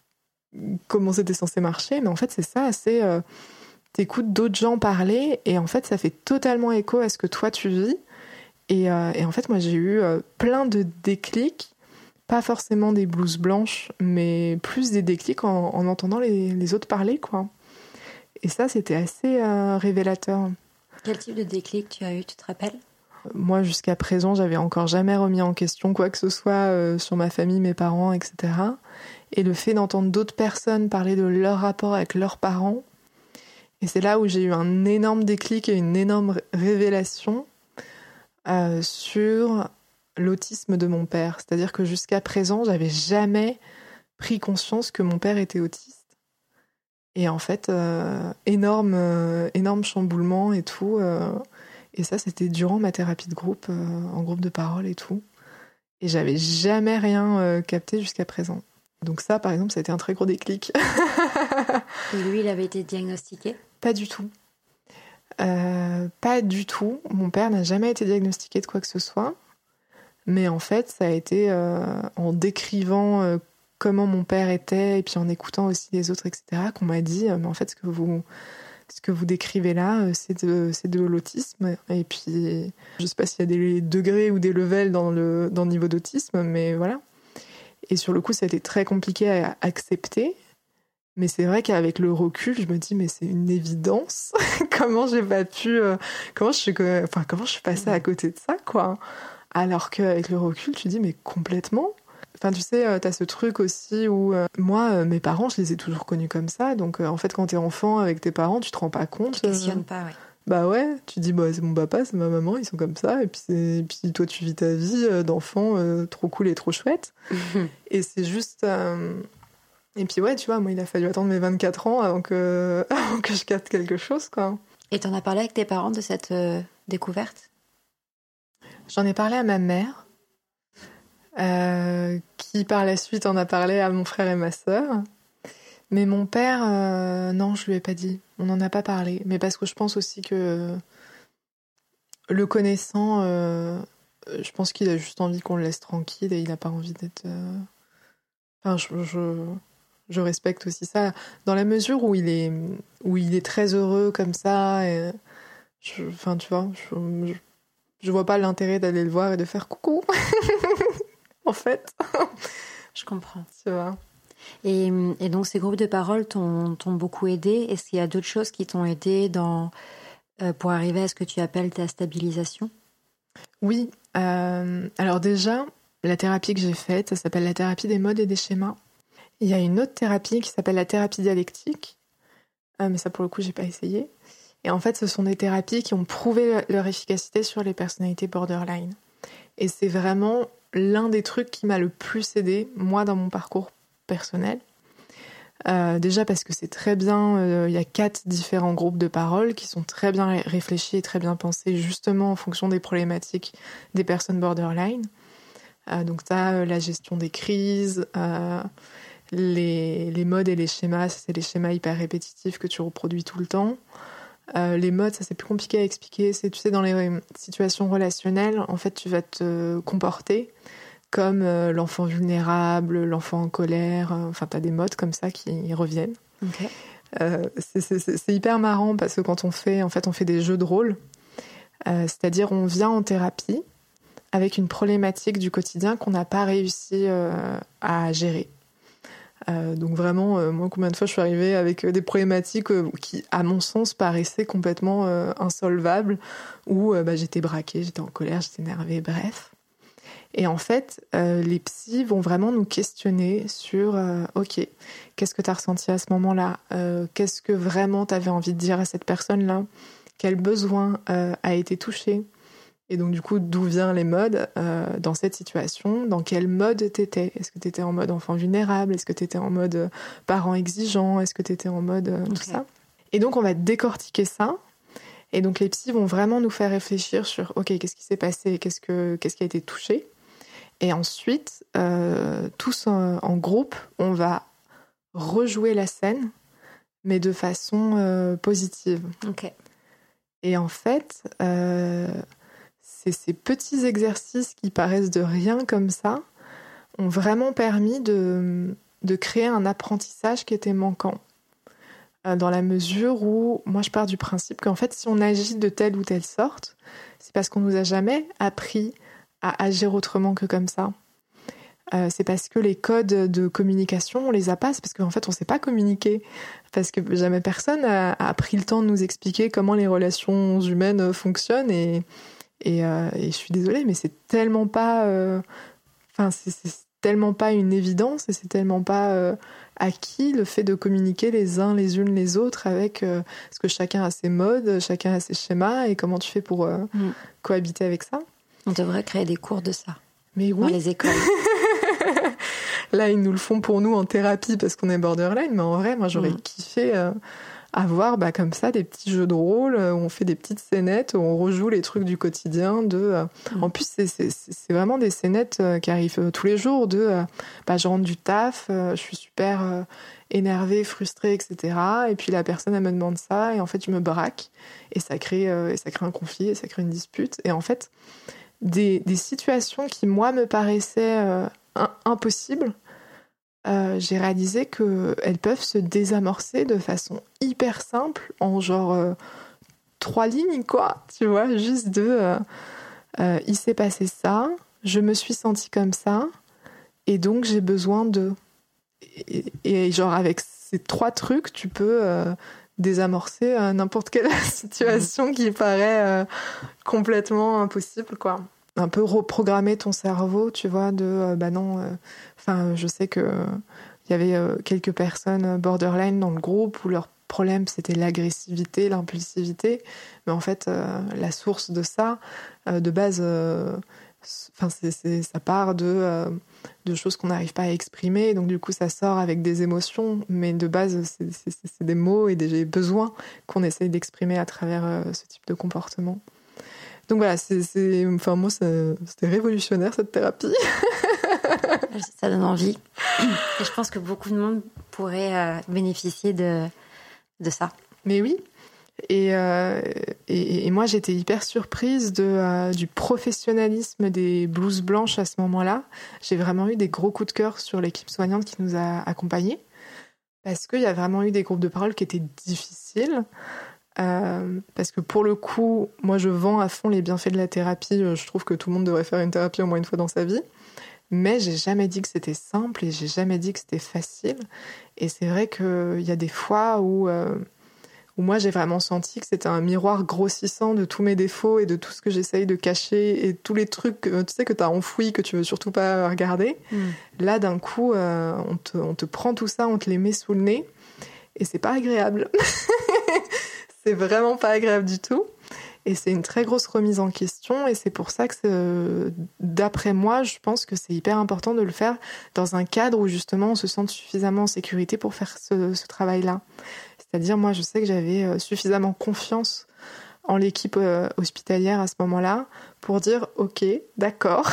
comment c'était censé marcher. Mais en fait, c'est ça, c'est... Euh, t'écoutes d'autres gens parler et en fait ça fait totalement écho à ce que toi tu vis et, euh, et en fait moi j'ai eu euh, plein de déclics, pas forcément des blouses blanches mais plus des déclics en, en entendant les, les autres parler quoi. Et ça c'était assez euh, révélateur. Quel type de déclic tu as eu, tu te rappelles? Moi jusqu'à présent j'avais encore jamais remis en question quoi que ce soit euh, sur ma famille, mes parents, et cetera. Et le fait d'entendre d'autres personnes parler de leur rapport avec leurs parents. Et c'est là où j'ai eu un énorme déclic et une énorme révélation euh, sur l'autisme de mon père. C'est-à-dire que jusqu'à présent, j'avais jamais pris conscience que mon père était autiste. Et en fait, euh, énorme, euh, énorme chamboulement et tout. Euh, et ça, c'était durant ma thérapie de groupe, euh, en groupe de parole et tout. Et j'avais jamais rien euh, capté jusqu'à présent. Donc ça, par exemple, ça a été un très gros déclic. Et lui, il avait été diagnostiqué ? Pas du tout. Euh, pas du tout. Mon père n'a jamais été diagnostiqué de quoi que ce soit. Mais en fait, ça a été euh, en décrivant euh, comment mon père était et puis en écoutant aussi les autres, et cetera, qu'on m'a dit, euh, mais en fait, ce que vous, ce que vous décrivez là, euh, c'est de, c'est de l'autisme. Et puis, je sais pas s'il y a des degrés ou des levels dans le, dans le niveau d'autisme, mais voilà. Et sur le coup, ça a été très compliqué à accepter. Mais c'est vrai qu'avec le recul, je me dis, mais c'est une évidence. Comment j'ai pas pu... Euh, comment, je suis, enfin, comment je suis passée à côté de ça, quoi. Alors qu'avec le recul, tu dis, mais complètement. Enfin, tu sais, t'as ce truc aussi où... Euh, moi, euh, mes parents, je les ai toujours connus comme ça. Donc, euh, en fait, quand t'es enfant avec tes parents, tu te rends pas compte. Tu questionnes euh, pas, ouais. Bah ouais, tu dis, bah, c'est mon papa, c'est ma maman, ils sont comme ça. Et puis, c'est... et puis toi, tu vis ta vie euh, d'enfant euh, trop cool et trop chouette. Et c'est juste... Euh... Et puis ouais, tu vois, moi, il a fallu attendre mes vingt-quatre ans avant que, avant que je capte quelque chose, quoi. Et t'en as parlé avec tes parents de cette euh, découverte ? J'en ai parlé à ma mère, euh, qui par la suite en a parlé à mon frère et ma sœur. Mais mon père, euh, non, je lui ai pas dit. on n'en a pas parlé. Mais parce que je pense aussi que le connaissant, euh, je pense qu'il a juste envie qu'on le laisse tranquille et il n'a pas envie d'être... Euh... Enfin, je, je, je respecte aussi ça. Dans la mesure où il est, où il est très heureux comme ça, et je, enfin, tu vois, je, je, je vois pas l'intérêt d'aller le voir et de faire coucou. En fait. Je comprends. Tu vois. Et, et donc, ces groupes de parole t'ont, t'ont beaucoup aidé. Est-ce qu'il y a d'autres choses qui t'ont aidé dans, euh, pour arriver à ce que tu appelles ta stabilisation ? Oui. Euh, alors déjà, la thérapie que j'ai faite, ça s'appelle la thérapie des modes et des schémas. Il y a une autre thérapie qui s'appelle la thérapie dialectique. Euh, mais ça, pour le coup, j'ai pas essayé. Et en fait, ce sont des thérapies qui ont prouvé leur efficacité sur les personnalités borderline. Et c'est vraiment l'un des trucs qui m'a le plus aidé, moi, dans mon parcours personnel. Euh, déjà parce que c'est très bien, euh, il y a quatre différents groupes de parole qui sont très bien réfléchis et très bien pensés, justement en fonction des problématiques des personnes borderline. Euh, donc tu as euh, la gestion des crises, euh, les, les modes et les schémas, c'est les schémas hyper répétitifs que tu reproduis tout le temps. Euh, les modes, ça c'est plus compliqué à expliquer. C'est, tu sais, dans les situations relationnelles, en fait, tu vas te comporter comme euh, l'enfant vulnérable, l'enfant en colère. Euh, enfin, t'as des modes comme ça qui reviennent. Okay. Euh, c'est, c'est, c'est hyper marrant parce que quand on fait, en fait, on fait des jeux de rôle. Euh, c'est-à-dire, on vient en thérapie avec une problématique du quotidien qu'on n'a pas réussi euh, à gérer. Euh, donc vraiment, euh, moi, combien de fois je suis arrivée avec euh, des problématiques euh, qui, à mon sens, paraissaient complètement euh, insolvables, où euh, bah, j'étais braquée, j'étais en colère, j'étais énervée, bref. Et en fait, euh, les psys vont vraiment nous questionner sur euh, « Ok, qu'est-ce que tu as ressenti à ce moment-là euh, Qu'est-ce que vraiment tu avais envie de dire à cette personne-là Quel besoin euh, a été touché ?» Et donc, du coup, d'où viennent les modes euh, dans cette situation ? Dans quel mode t'étais ? Est-ce que t'étais en mode enfant vulnérable ? Est-ce que t'étais en mode euh, parent exigeant ? Est-ce que t'étais en mode euh, tout okay. ça ? Et donc, on va décortiquer ça. Et donc, les psys vont vraiment nous faire réfléchir sur « Ok, qu'est-ce qui s'est passé ? Qu'est-ce, que, qu'est-ce qui a été touché ?» Et ensuite, euh, tous en, en groupe, on va rejouer la scène, mais de façon euh, positive. Okay. Et en fait... Euh, C'est ces petits exercices qui paraissent de rien comme ça ont vraiment permis de, de créer un apprentissage qui était manquant. Euh, dans la mesure où, moi je pars du principe qu'en fait, si on agit de telle ou telle sorte, c'est parce qu'on nous a jamais appris à agir autrement que comme ça. Euh, c'est parce que les codes de communication, on les a pas, c'est parce qu'en fait, on sait pas communiquer. Parce que jamais personne a, a pris le temps de nous expliquer comment les relations humaines fonctionnent et Et, euh, et je suis désolée, mais c'est tellement pas, enfin, euh, c'est, c'est tellement pas une évidence et c'est tellement pas euh, acquis le fait de communiquer les uns les unes les autres avec euh, parce que chacun a ses modes, chacun a ses schémas et comment tu fais pour euh, mm. cohabiter avec ça. On devrait créer des cours de ça. Mais oui. Dans les écoles. Là, ils nous le font pour nous en thérapie parce qu'on est borderline, mais en vrai, moi, j'aurais mm. kiffé. Euh, avoir bah, comme ça des petits jeux de rôle où on fait des petites scénettes, où on rejoue les trucs du quotidien. De, euh... mmh. En plus, c'est, c'est, c'est vraiment des scénettes euh, qui arrivent euh, tous les jours. De, euh, bah, je rentre du taf, euh, je suis super euh, énervée, frustrée, et cetera. Et puis la personne, elle me demande ça, et en fait, je me braque. Et ça crée, euh, et ça crée un conflit, et ça crée une dispute. Et en fait, des, des situations qui, moi, me paraissaient euh, un, impossibles, Euh, j'ai réalisé qu'elles peuvent se désamorcer de façon hyper simple, en genre euh, trois lignes, quoi, tu vois, juste de euh, euh, il s'est passé ça, je me suis sentie comme ça, et donc j'ai besoin de... Et, et genre avec ces trois trucs, tu peux euh, désamorcer euh, n'importe quelle situation mmh. qui paraît euh, complètement impossible, quoi. Un peu reprogrammer ton cerveau, tu vois, de euh, bah non, enfin, euh, je sais que il euh, y avait euh, quelques personnes borderline dans le groupe où leur problème c'était l'agressivité, l'impulsivité, mais en fait, euh, la source de ça, euh, de base, enfin, euh, c'est, c'est, ça part de, euh, de choses qu'on n'arrive pas à exprimer, donc du coup, ça sort avec des émotions, mais de base, c'est, c'est, c'est des mots et des besoins qu'on essaye d'exprimer à travers euh, ce type de comportement. Donc voilà, c'est, c'est, enfin moi, c'est, c'était révolutionnaire cette thérapie. Ça donne envie. Et je pense que beaucoup de monde pourrait euh, bénéficier de, de ça. Mais oui. Et, euh, et, et moi, j'étais hyper surprise de, euh, du professionnalisme des blouses blanches à ce moment-là. J'ai vraiment eu des gros coups de cœur sur l'équipe soignante qui nous a accompagnés, parce qu'il y a vraiment eu des groupes de parole qui étaient difficiles. Euh, parce que pour le coup, moi, je vends à fond les bienfaits de la thérapie. Je trouve que tout le monde devrait faire une thérapie au moins une fois dans sa vie. Mais j'ai jamais dit que c'était simple et j'ai jamais dit que c'était facile. Et c'est vrai qu'il y a des fois où... Euh, où moi j'ai vraiment senti que c'était un miroir grossissant de tous mes défauts et de tout ce que j'essaye de cacher et tous les trucs tu sais, que t'as enfouis, que tu veux surtout pas regarder. Mm. Là, d'un coup, euh, on, te, on te prend tout ça, on te les met sous le nez et c'est pas agréable. C'est vraiment pas agréable du tout. Et c'est une très grosse remise en question et c'est pour ça que, c'est, d'après moi, je pense que c'est hyper important de le faire dans un cadre où justement on se sente suffisamment en sécurité pour faire ce, ce travail-là. C'est-à-dire, moi, je sais que j'avais suffisamment confiance en l'équipe hospitalière à ce moment-là pour dire « Ok, d'accord,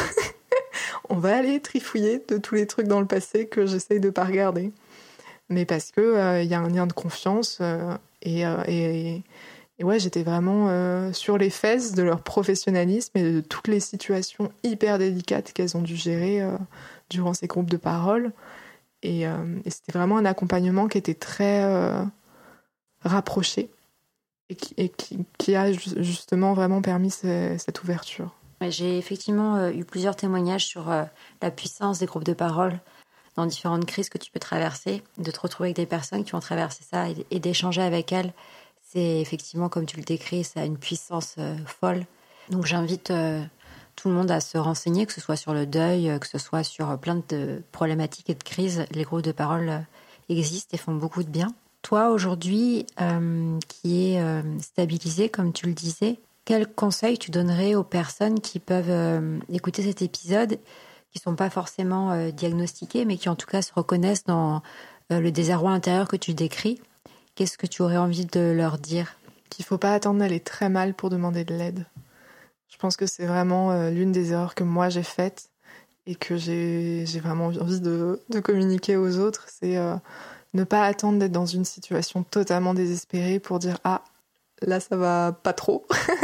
on va aller trifouiller de tous les trucs dans le passé que j'essaye de pas regarder. » Mais parce qu'il euh, y a un lien de confiance euh, et, euh, et, et ouais, j'étais vraiment euh, sur les fesses de leur professionnalisme et de toutes les situations hyper délicates qu'elles ont dû gérer euh, durant ces groupes de parole. Et, euh, et c'était vraiment un accompagnement qui était très... Euh, rapproché et, qui, et qui, qui a justement vraiment permis ce, cette ouverture. J'ai effectivement euh, eu plusieurs témoignages sur euh, la puissance des groupes de parole dans différentes crises que tu peux traverser, de te retrouver avec des personnes qui ont traversé ça et, et d'échanger avec elles. C'est effectivement, comme tu le décris, ça a une puissance euh, folle. Donc j'invite euh, tout le monde à se renseigner, que ce soit sur le deuil, que ce soit sur plein de problématiques et de crises. Les groupes de parole euh, existent et font beaucoup de bien. Toi, aujourd'hui, euh, qui est euh, stabilisé, comme tu le disais, quels conseils tu donnerais aux personnes qui peuvent euh, écouter cet épisode, qui ne sont pas forcément euh, diagnostiquées, mais qui en tout cas se reconnaissent dans euh, le désarroi intérieur que tu décris? Qu'est-ce que tu aurais envie de leur dire? Qu'il ne faut pas attendre d'aller très mal pour demander de l'aide. Je pense que c'est vraiment euh, l'une des erreurs que moi j'ai faites et que j'ai, j'ai vraiment envie de, de communiquer aux autres. C'est... Euh, ne pas attendre d'être dans une situation totalement désespérée pour dire « Ah, là, ça va pas trop ».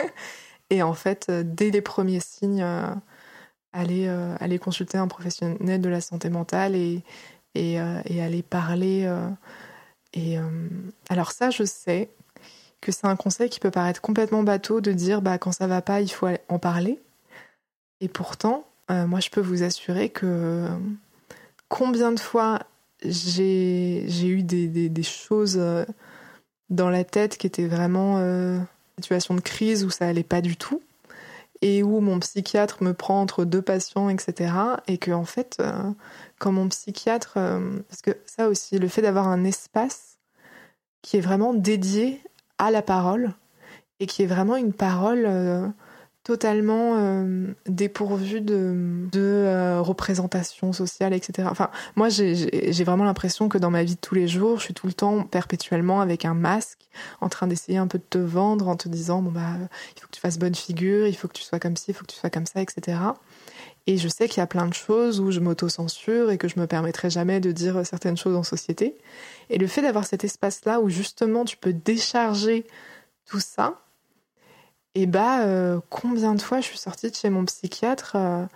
Et en fait, dès les premiers signes, euh, aller, euh, aller consulter un professionnel de la santé mentale et, et, euh, et aller parler. Euh, et, euh, alors ça, je sais que c'est un conseil qui peut paraître complètement bateau de dire bah, « quand ça va pas, il faut en parler ». Et pourtant, euh, moi, je peux vous assurer que euh, combien de fois... J'ai, j'ai eu des, des, des choses euh, dans la tête qui étaient vraiment euh, situation de crise où ça allait pas du tout et où mon psychiatre me prend entre deux patients, et cetera. Et que en fait, euh, quand mon psychiatre... Euh, parce que ça aussi, le fait d'avoir un espace qui est vraiment dédié à la parole et qui est vraiment une parole... Euh, totalement euh, dépourvu de, de euh, représentation sociale, et cetera. Enfin, moi, j'ai, j'ai, j'ai vraiment l'impression que dans ma vie de tous les jours, je suis tout le temps perpétuellement avec un masque, en train d'essayer un peu de te vendre, en te disant, bon bah, il faut que tu fasses bonne figure, il faut que tu sois comme ci, il faut que tu sois comme ça, et cetera. Et je sais qu'il y a plein de choses où je m'auto-censure et que je me permettrai jamais de dire certaines choses en société. Et le fait d'avoir cet espace-là où justement tu peux décharger tout ça, et bah, euh, combien de fois je suis sortie de chez mon psychiatre euh,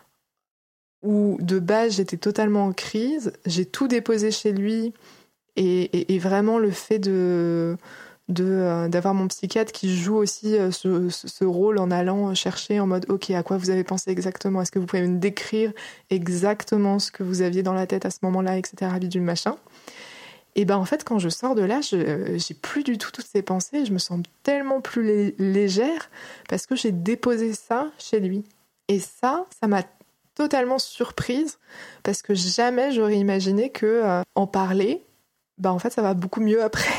où de base j'étais totalement en crise, j'ai tout déposé chez lui et, et, et vraiment le fait de, de, euh, d'avoir mon psychiatre qui joue aussi euh, ce, ce rôle en allant chercher en mode ok, à quoi vous avez pensé exactement, est-ce que vous pouvez me décrire exactement ce que vous aviez dans la tête à ce moment-là, et cetera, bidule machin. Et ben en fait, quand je sors de là, je, j'ai plus du tout toutes ces pensées. Je me sens tellement plus lé- légère parce que j'ai déposé ça chez lui. Et ça, ça m'a totalement surprise parce que jamais j'aurais imaginé que euh, en parler, ben en fait, ça va beaucoup mieux après.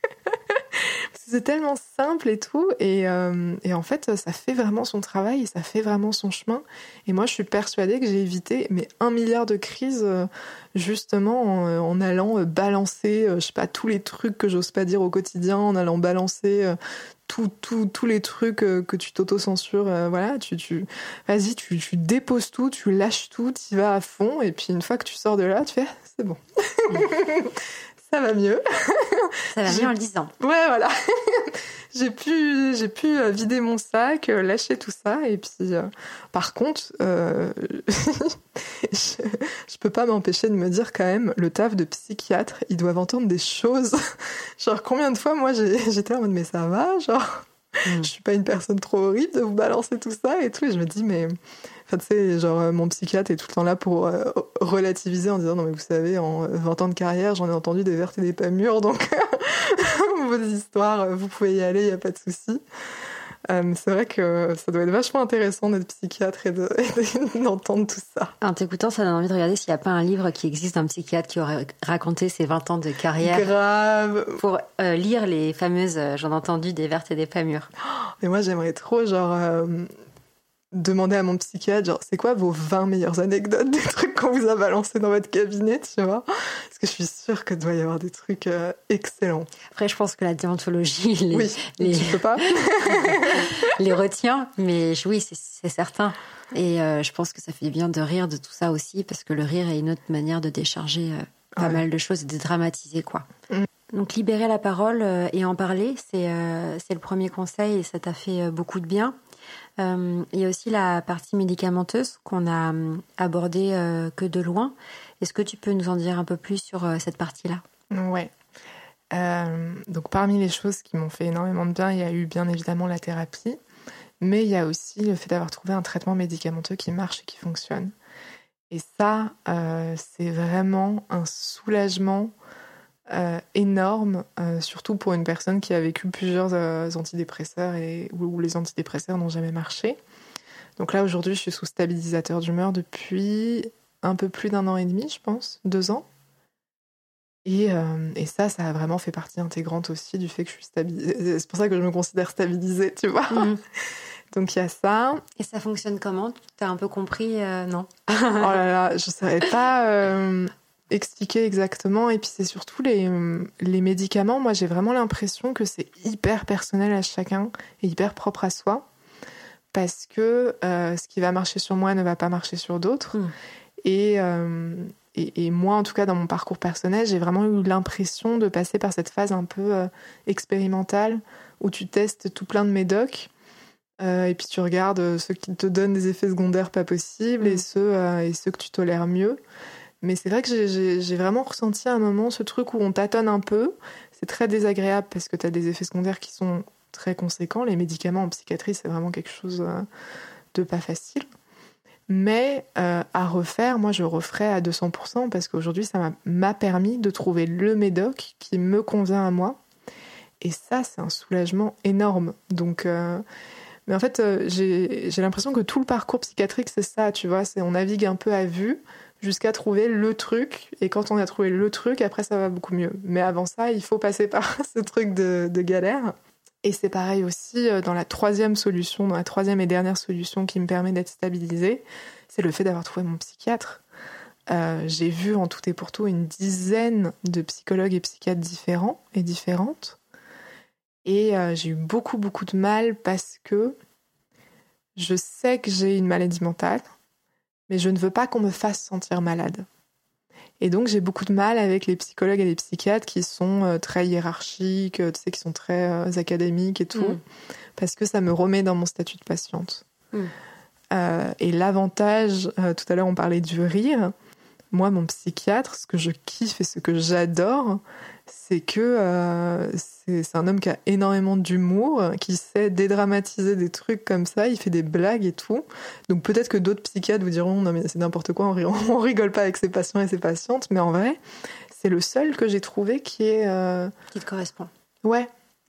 C'est tellement simple et tout, et, euh, et en fait, ça fait vraiment son travail, et ça fait vraiment son chemin. Et moi, je suis persuadée que j'ai évité mais un milliard de crises euh, justement en, en allant balancer, euh, je sais pas, tous les trucs que j'ose pas dire au quotidien, en allant balancer euh, tous tout, tout les trucs euh, que tu t'auto-censures. Euh, voilà, tu, tu, vas-y, tu, tu déposes tout, tu lâches tout, tu y vas à fond, et puis une fois que tu sors de là, tu fais, c'est bon. ça va mieux. Ça va mieux en le disant. Ouais, voilà. j'ai pu, j'ai pu vider mon sac, lâcher tout ça. Et puis, euh, par contre, euh, je, je peux pas m'empêcher de me dire quand même, le taf de psychiatre, ils doivent entendre des choses. Genre, combien de fois, moi, j'ai, j'étais en mode, mais ça va, genre, mm. je suis pas une personne trop horrible de vous balancer tout ça et tout. Et je me dis, mais... Enfin, tu sais, genre, mon psychiatre est tout le temps là pour euh, relativiser en disant, non, mais vous savez, en vingt ans de carrière, j'en ai entendu des vertes et des pas mûres, donc vos histoires, vous pouvez y aller, il n'y a pas de souci. Euh, c'est vrai que ça doit être vachement intéressant d'être psychiatre et, de, et d'entendre tout ça. En t'écoutant, ça donne envie de regarder s'il n'y a pas un livre qui existe d'un psychiatre qui aurait raconté ses vingt ans de carrière. Grave. Pour euh, lire les fameuses, euh, j'en ai entendu, des vertes et des pas mûres. Mais moi, j'aimerais trop, genre... Euh, demander à mon psychiatre, genre, c'est quoi vos vingt meilleures anecdotes des trucs qu'on vous a balancés dans votre cabinet, tu vois? Parce que je suis sûre qu'il doit y avoir des trucs euh, excellents. Après, je pense que la déontologie, les, oui, les... tu peux pas les retient, mais oui, c'est, c'est certain. Et euh, je pense que ça fait bien de rire de tout ça aussi, parce que le rire est une autre manière de décharger euh, pas ouais. mal de choses et de dramatiser, quoi. Mm. Donc, libérer la parole euh, et en parler, c'est, euh, c'est le premier conseil et ça t'a fait euh, beaucoup de bien. Euh, il y a aussi la partie médicamenteuse qu'on a abordée euh, que de loin. Est-ce que tu peux nous en dire un peu plus sur euh, cette partie-là ? Ouais. Euh, donc parmi les choses qui m'ont fait énormément de bien, il y a eu bien évidemment la thérapie, mais il y a aussi le fait d'avoir trouvé un traitement médicamenteux qui marche et qui fonctionne. Et ça, euh, c'est vraiment un soulagement Euh, énorme, euh, surtout pour une personne qui a vécu plusieurs euh, antidépresseurs et où, où les antidépresseurs n'ont jamais marché. Donc là, aujourd'hui, je suis sous stabilisateur d'humeur depuis un peu plus d'un an et demi, je pense, deux ans. Et, euh, et ça, ça a vraiment fait partie intégrante aussi du fait que je suis stabilisée. C'est pour ça que je me considère stabilisée, tu vois. Mmh. Donc il y a ça. Et ça fonctionne comment ? T'as un peu compris, euh, non ? Oh là là, je ne savais pas... Euh... expliquer exactement, et puis c'est surtout les, les médicaments. Moi, j'ai vraiment l'impression que c'est hyper personnel à chacun et hyper propre à soi, parce que euh, ce qui va marcher sur moi ne va pas marcher sur d'autres. Mmh. Et, euh, et, et moi, en tout cas, dans mon parcours personnel, j'ai vraiment eu l'impression de passer par cette phase un peu euh, expérimentale, où tu testes tout plein de médocs, euh, et puis tu regardes ceux qui te donnent des effets secondaires pas possibles, mmh. et, ceux, euh, et ceux que tu tolères mieux. Mais c'est vrai que j'ai, j'ai, j'ai vraiment ressenti à un moment ce truc où on tâtonne un peu. C'est très désagréable parce que tu as des effets secondaires qui sont très conséquents. Les médicaments en psychiatrie, c'est vraiment quelque chose de pas facile. Mais euh, à refaire, moi, je referais à deux cents pour cent parce qu'aujourd'hui, ça m'a, m'a permis de trouver le médoc qui me convient à moi. Et ça, c'est un soulagement énorme. Donc... Euh, mais en fait, euh, j'ai, j'ai l'impression que tout le parcours psychiatrique, c'est ça, tu vois. C'est, on navigue un peu à vue jusqu'à trouver le truc. Et quand on a trouvé le truc, après, ça va beaucoup mieux. Mais avant ça, il faut passer par ce truc de, de galère. Et c'est pareil aussi dans la troisième solution, dans la troisième et dernière solution qui me permet d'être stabilisée, c'est le fait d'avoir trouvé mon psychiatre. Euh, j'ai vu en tout et pour tout une dizaine de psychologues et psychiatres différents et différentes. Et euh, j'ai eu beaucoup, beaucoup de mal parce que je sais que j'ai une maladie mentale, mais je ne veux pas qu'on me fasse sentir malade. Et donc, j'ai beaucoup de mal avec les psychologues et les psychiatres qui sont euh, très hiérarchiques, tu sais, qui sont très euh, académiques et tout, mmh. parce que ça me remet dans mon statut de patiente. Mmh. Euh, et l'avantage, euh, tout à l'heure, on parlait du rire. Moi, mon psychiatre, ce que je kiffe et ce que j'adore, c'est que euh, c'est, c'est un homme qui a énormément d'humour, qui sait dédramatiser des trucs comme ça, il fait des blagues et tout. Donc peut-être que d'autres psychiatres vous diront « Non mais c'est n'importe quoi, on rigole pas avec ses patients et ses patientes », mais en vrai, c'est le seul que j'ai trouvé qui est... Euh... Qui te correspond. Ouais,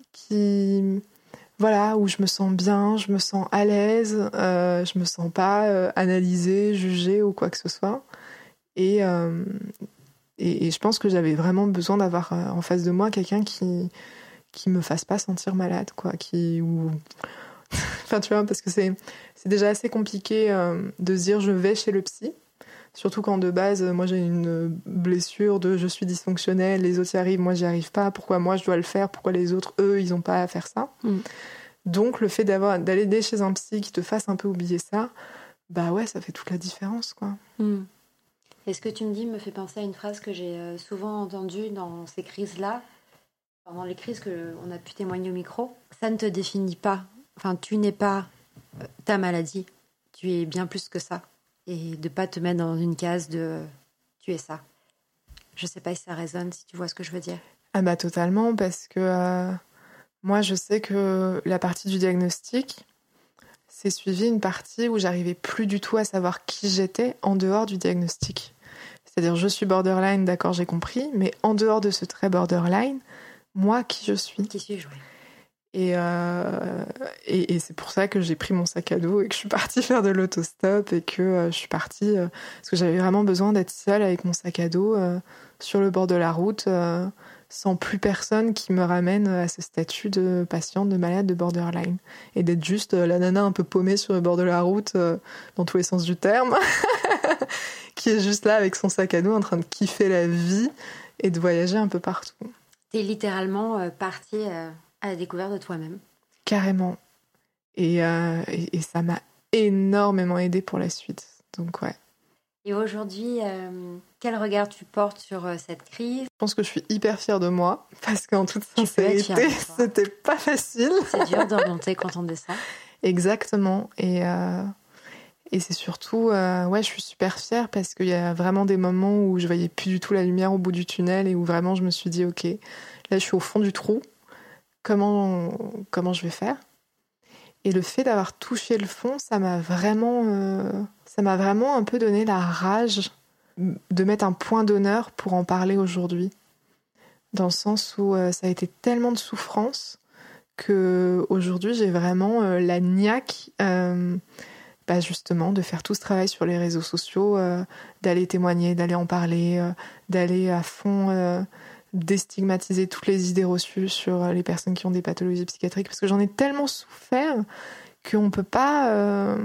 qui... Voilà, où je me sens bien, je me sens à l'aise, euh, je me sens pas euh, analysée, jugée ou quoi que ce soit. Et... Euh... Et, et je pense que j'avais vraiment besoin d'avoir euh, en face de moi quelqu'un qui qui me fasse pas sentir malade, quoi, qui ou enfin tu vois, parce que c'est c'est déjà assez compliqué euh, de se dire je vais chez le psy, surtout quand de base moi j'ai une blessure de je suis dysfonctionnelle, les autres y arrivent, moi j'y arrive pas, pourquoi moi je dois le faire, pourquoi les autres eux ils ont pas à faire ça. Mm. Donc le fait d'avoir d'aller chez un psy qui te fasse un peu oublier ça, bah ouais, ça fait toute la différence, quoi. Mm. Et ce que tu me dis me fait penser à une phrase que j'ai souvent entendue dans ces crises-là, pendant les crises qu'on a pu témoigner au micro. Ça ne te définit pas. Enfin, tu n'es pas ta maladie. Tu es bien plus que ça. Et de ne pas te mettre dans une case de « tu es ça ». Je ne sais pas si ça résonne, si tu vois ce que je veux dire. Ah bah totalement, parce que euh, moi, je sais que la partie du diagnostic, c'est suivi une partie où j'arrivais plus du tout à savoir qui j'étais en dehors du diagnostic. C'est-à-dire, je suis borderline, d'accord, j'ai compris, mais en dehors de ce trait borderline, moi, qui je suis. Qui suis-je, oui. Et, euh, et, et c'est pour ça que j'ai pris mon sac à dos et que je suis partie faire de l'autostop et que euh, je suis partie... Euh, parce que j'avais vraiment besoin d'être seule avec mon sac à dos euh, sur le bord de la route, euh, sans plus personne qui me ramène à ce statut de patiente, de malade, de borderline. Et d'être juste euh, la nana un peu paumée sur le bord de la route, euh, dans tous les sens du terme, qui est juste là avec son sac à dos en train de kiffer la vie et de voyager un peu partout. T'es littéralement euh, partie... Euh... à la découverte de toi-même. Carrément. Et, euh, et, et ça m'a énormément aidée pour la suite. Donc, ouais. Et aujourd'hui, euh, quel regard tu portes sur euh, cette crise ? Je pense que je suis hyper fière de moi, parce qu'en toute sincérité, c'était pas facile. C'est dur de remonter quand on descend. Exactement. Et, euh, et c'est surtout... Euh, ouais, je suis super fière, parce qu'il y a vraiment des moments où je voyais plus du tout la lumière au bout du tunnel, et où vraiment je me suis dit, ok, là je suis au fond du trou. Comment, comment je vais faire ? Et le fait d'avoir touché le fond, ça m'a vraiment, euh, ça m'a vraiment un peu donné la rage de mettre un point d'honneur pour en parler aujourd'hui. Dans le sens où euh, ça a été tellement de souffrance qu'aujourd'hui, j'ai vraiment euh, la niaque, euh, bah justement, de faire tout ce travail sur les réseaux sociaux, euh, d'aller témoigner, d'aller en parler, euh, d'aller à fond... Euh, déstigmatiser toutes les idées reçues sur les personnes qui ont des pathologies psychiatriques, parce que j'en ai tellement souffert qu'on peut pas euh...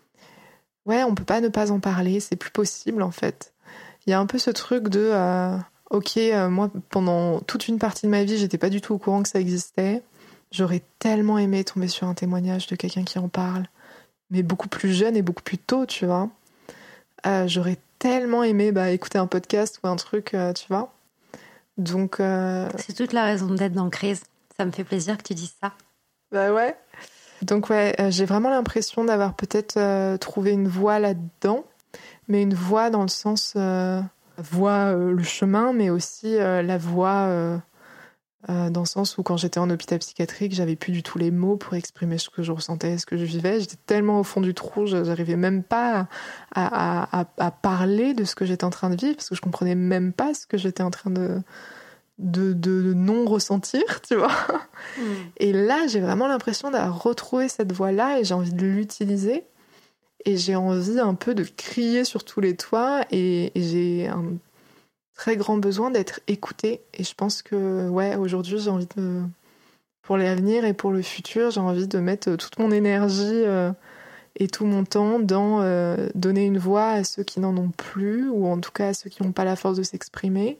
ouais on peut pas ne pas en parler, c'est plus possible en fait. Il y a un peu ce truc de euh, ok euh, moi pendant toute une partie de ma vie j'étais pas du tout au courant que ça existait, j'aurais tellement aimé tomber sur un témoignage de quelqu'un qui en parle, mais beaucoup plus jeune et beaucoup plus tôt, tu vois. Euh, j'aurais tellement aimé bah, écouter un podcast ou un truc, euh, tu vois. Donc, euh... c'est toute la raison d'être dans Crise. Ça me fait plaisir que tu dises ça. Bah ouais. Donc ouais, euh, j'ai vraiment l'impression d'avoir peut-être euh, trouvé une voie là-dedans, mais une voie dans le sens euh, voie euh, le chemin, mais aussi euh, la voie euh, euh, dans le sens où quand j'étais en hôpital psychiatrique, j'avais plus du tout les mots pour exprimer ce que je ressentais, ce que je vivais. J'étais tellement au fond du trou, j'arrivais même pas à, à, à, à parler de ce que j'étais en train de vivre, parce que je comprenais même pas ce que j'étais en train de, de, de non-ressentir, tu vois. Mmh. Et là, j'ai vraiment l'impression d'avoir retrouvé cette voie-là et j'ai envie de l'utiliser. Et j'ai envie un peu de crier sur tous les toits et, et j'ai un très grand besoin d'être écoutée. Et je pense que, ouais, aujourd'hui, j'ai envie de... Pour l'avenir et pour le futur, j'ai envie de mettre toute mon énergie euh, et tout mon temps dans euh, donner une voix à ceux qui n'en ont plus, ou en tout cas à ceux qui n'ont pas la force de s'exprimer,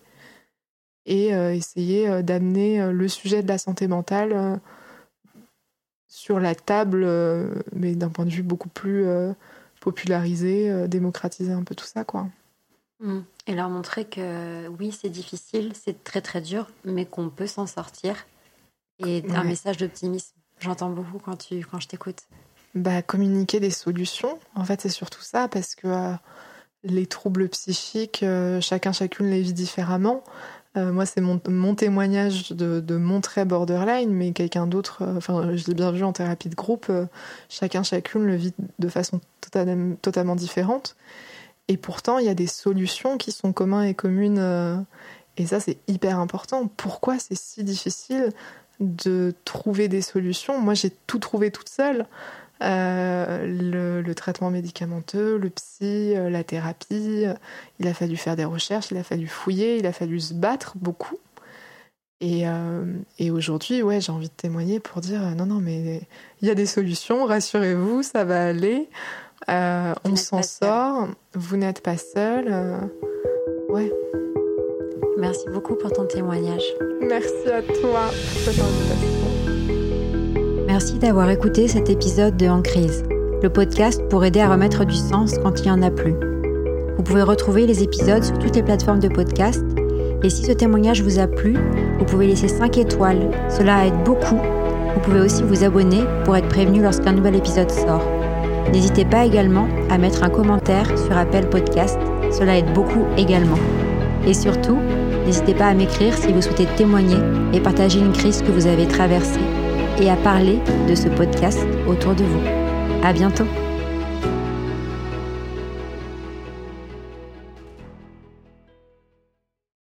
et euh, essayer euh, d'amener euh, le sujet de la santé mentale euh, sur la table, euh, mais d'un point de vue beaucoup plus euh, popularisé, euh, démocratiser un peu tout ça, quoi. Mmh. Et leur montrer que oui, c'est difficile, c'est très très dur, mais qu'on peut s'en sortir. Et ouais. Un message d'optimisme, j'entends beaucoup quand, tu, quand je t'écoute. Bah, communiquer des solutions, en fait, c'est surtout ça, parce que euh, les troubles psychiques, euh, chacun, chacune les vit différemment. Euh, moi, c'est mon, mon témoignage de, de mon trait borderline, mais quelqu'un d'autre, euh, enfin, je l'ai bien vu en thérapie de groupe, euh, chacun, chacune le vit de façon totalement, totalement différente. Et pourtant, il y a des solutions qui sont communes et communes, euh, et ça, c'est hyper important. Pourquoi c'est si difficile de trouver des solutions ? Moi, j'ai tout trouvé toute seule. Euh, le, le traitement médicamenteux, le psy, euh, la thérapie. Euh, il a fallu faire des recherches, il a fallu fouiller, il a fallu se battre beaucoup. Et, euh, et aujourd'hui, ouais, j'ai envie de témoigner pour dire euh, non, non, mais il y a des solutions, rassurez-vous, ça va aller. Euh, on s'en sort, vous n'êtes pas seul. Euh, ouais. Merci beaucoup pour ton témoignage. Merci à toi pour cette invitation. Merci d'avoir écouté cet épisode de En Crise, le podcast pour aider à remettre du sens quand il n'y en a plus. Vous pouvez retrouver les épisodes sur toutes les plateformes de podcast. Et si ce témoignage vous a plu, vous pouvez laisser cinq étoiles. Cela aide beaucoup. Vous pouvez aussi vous abonner pour être prévenu lorsqu'un nouvel épisode sort. N'hésitez pas également à mettre un commentaire sur Apple Podcast. Cela aide beaucoup également. Et surtout, n'hésitez pas à m'écrire si vous souhaitez témoigner et partager une crise que vous avez traversée et à parler de ce podcast autour de vous. À bientôt!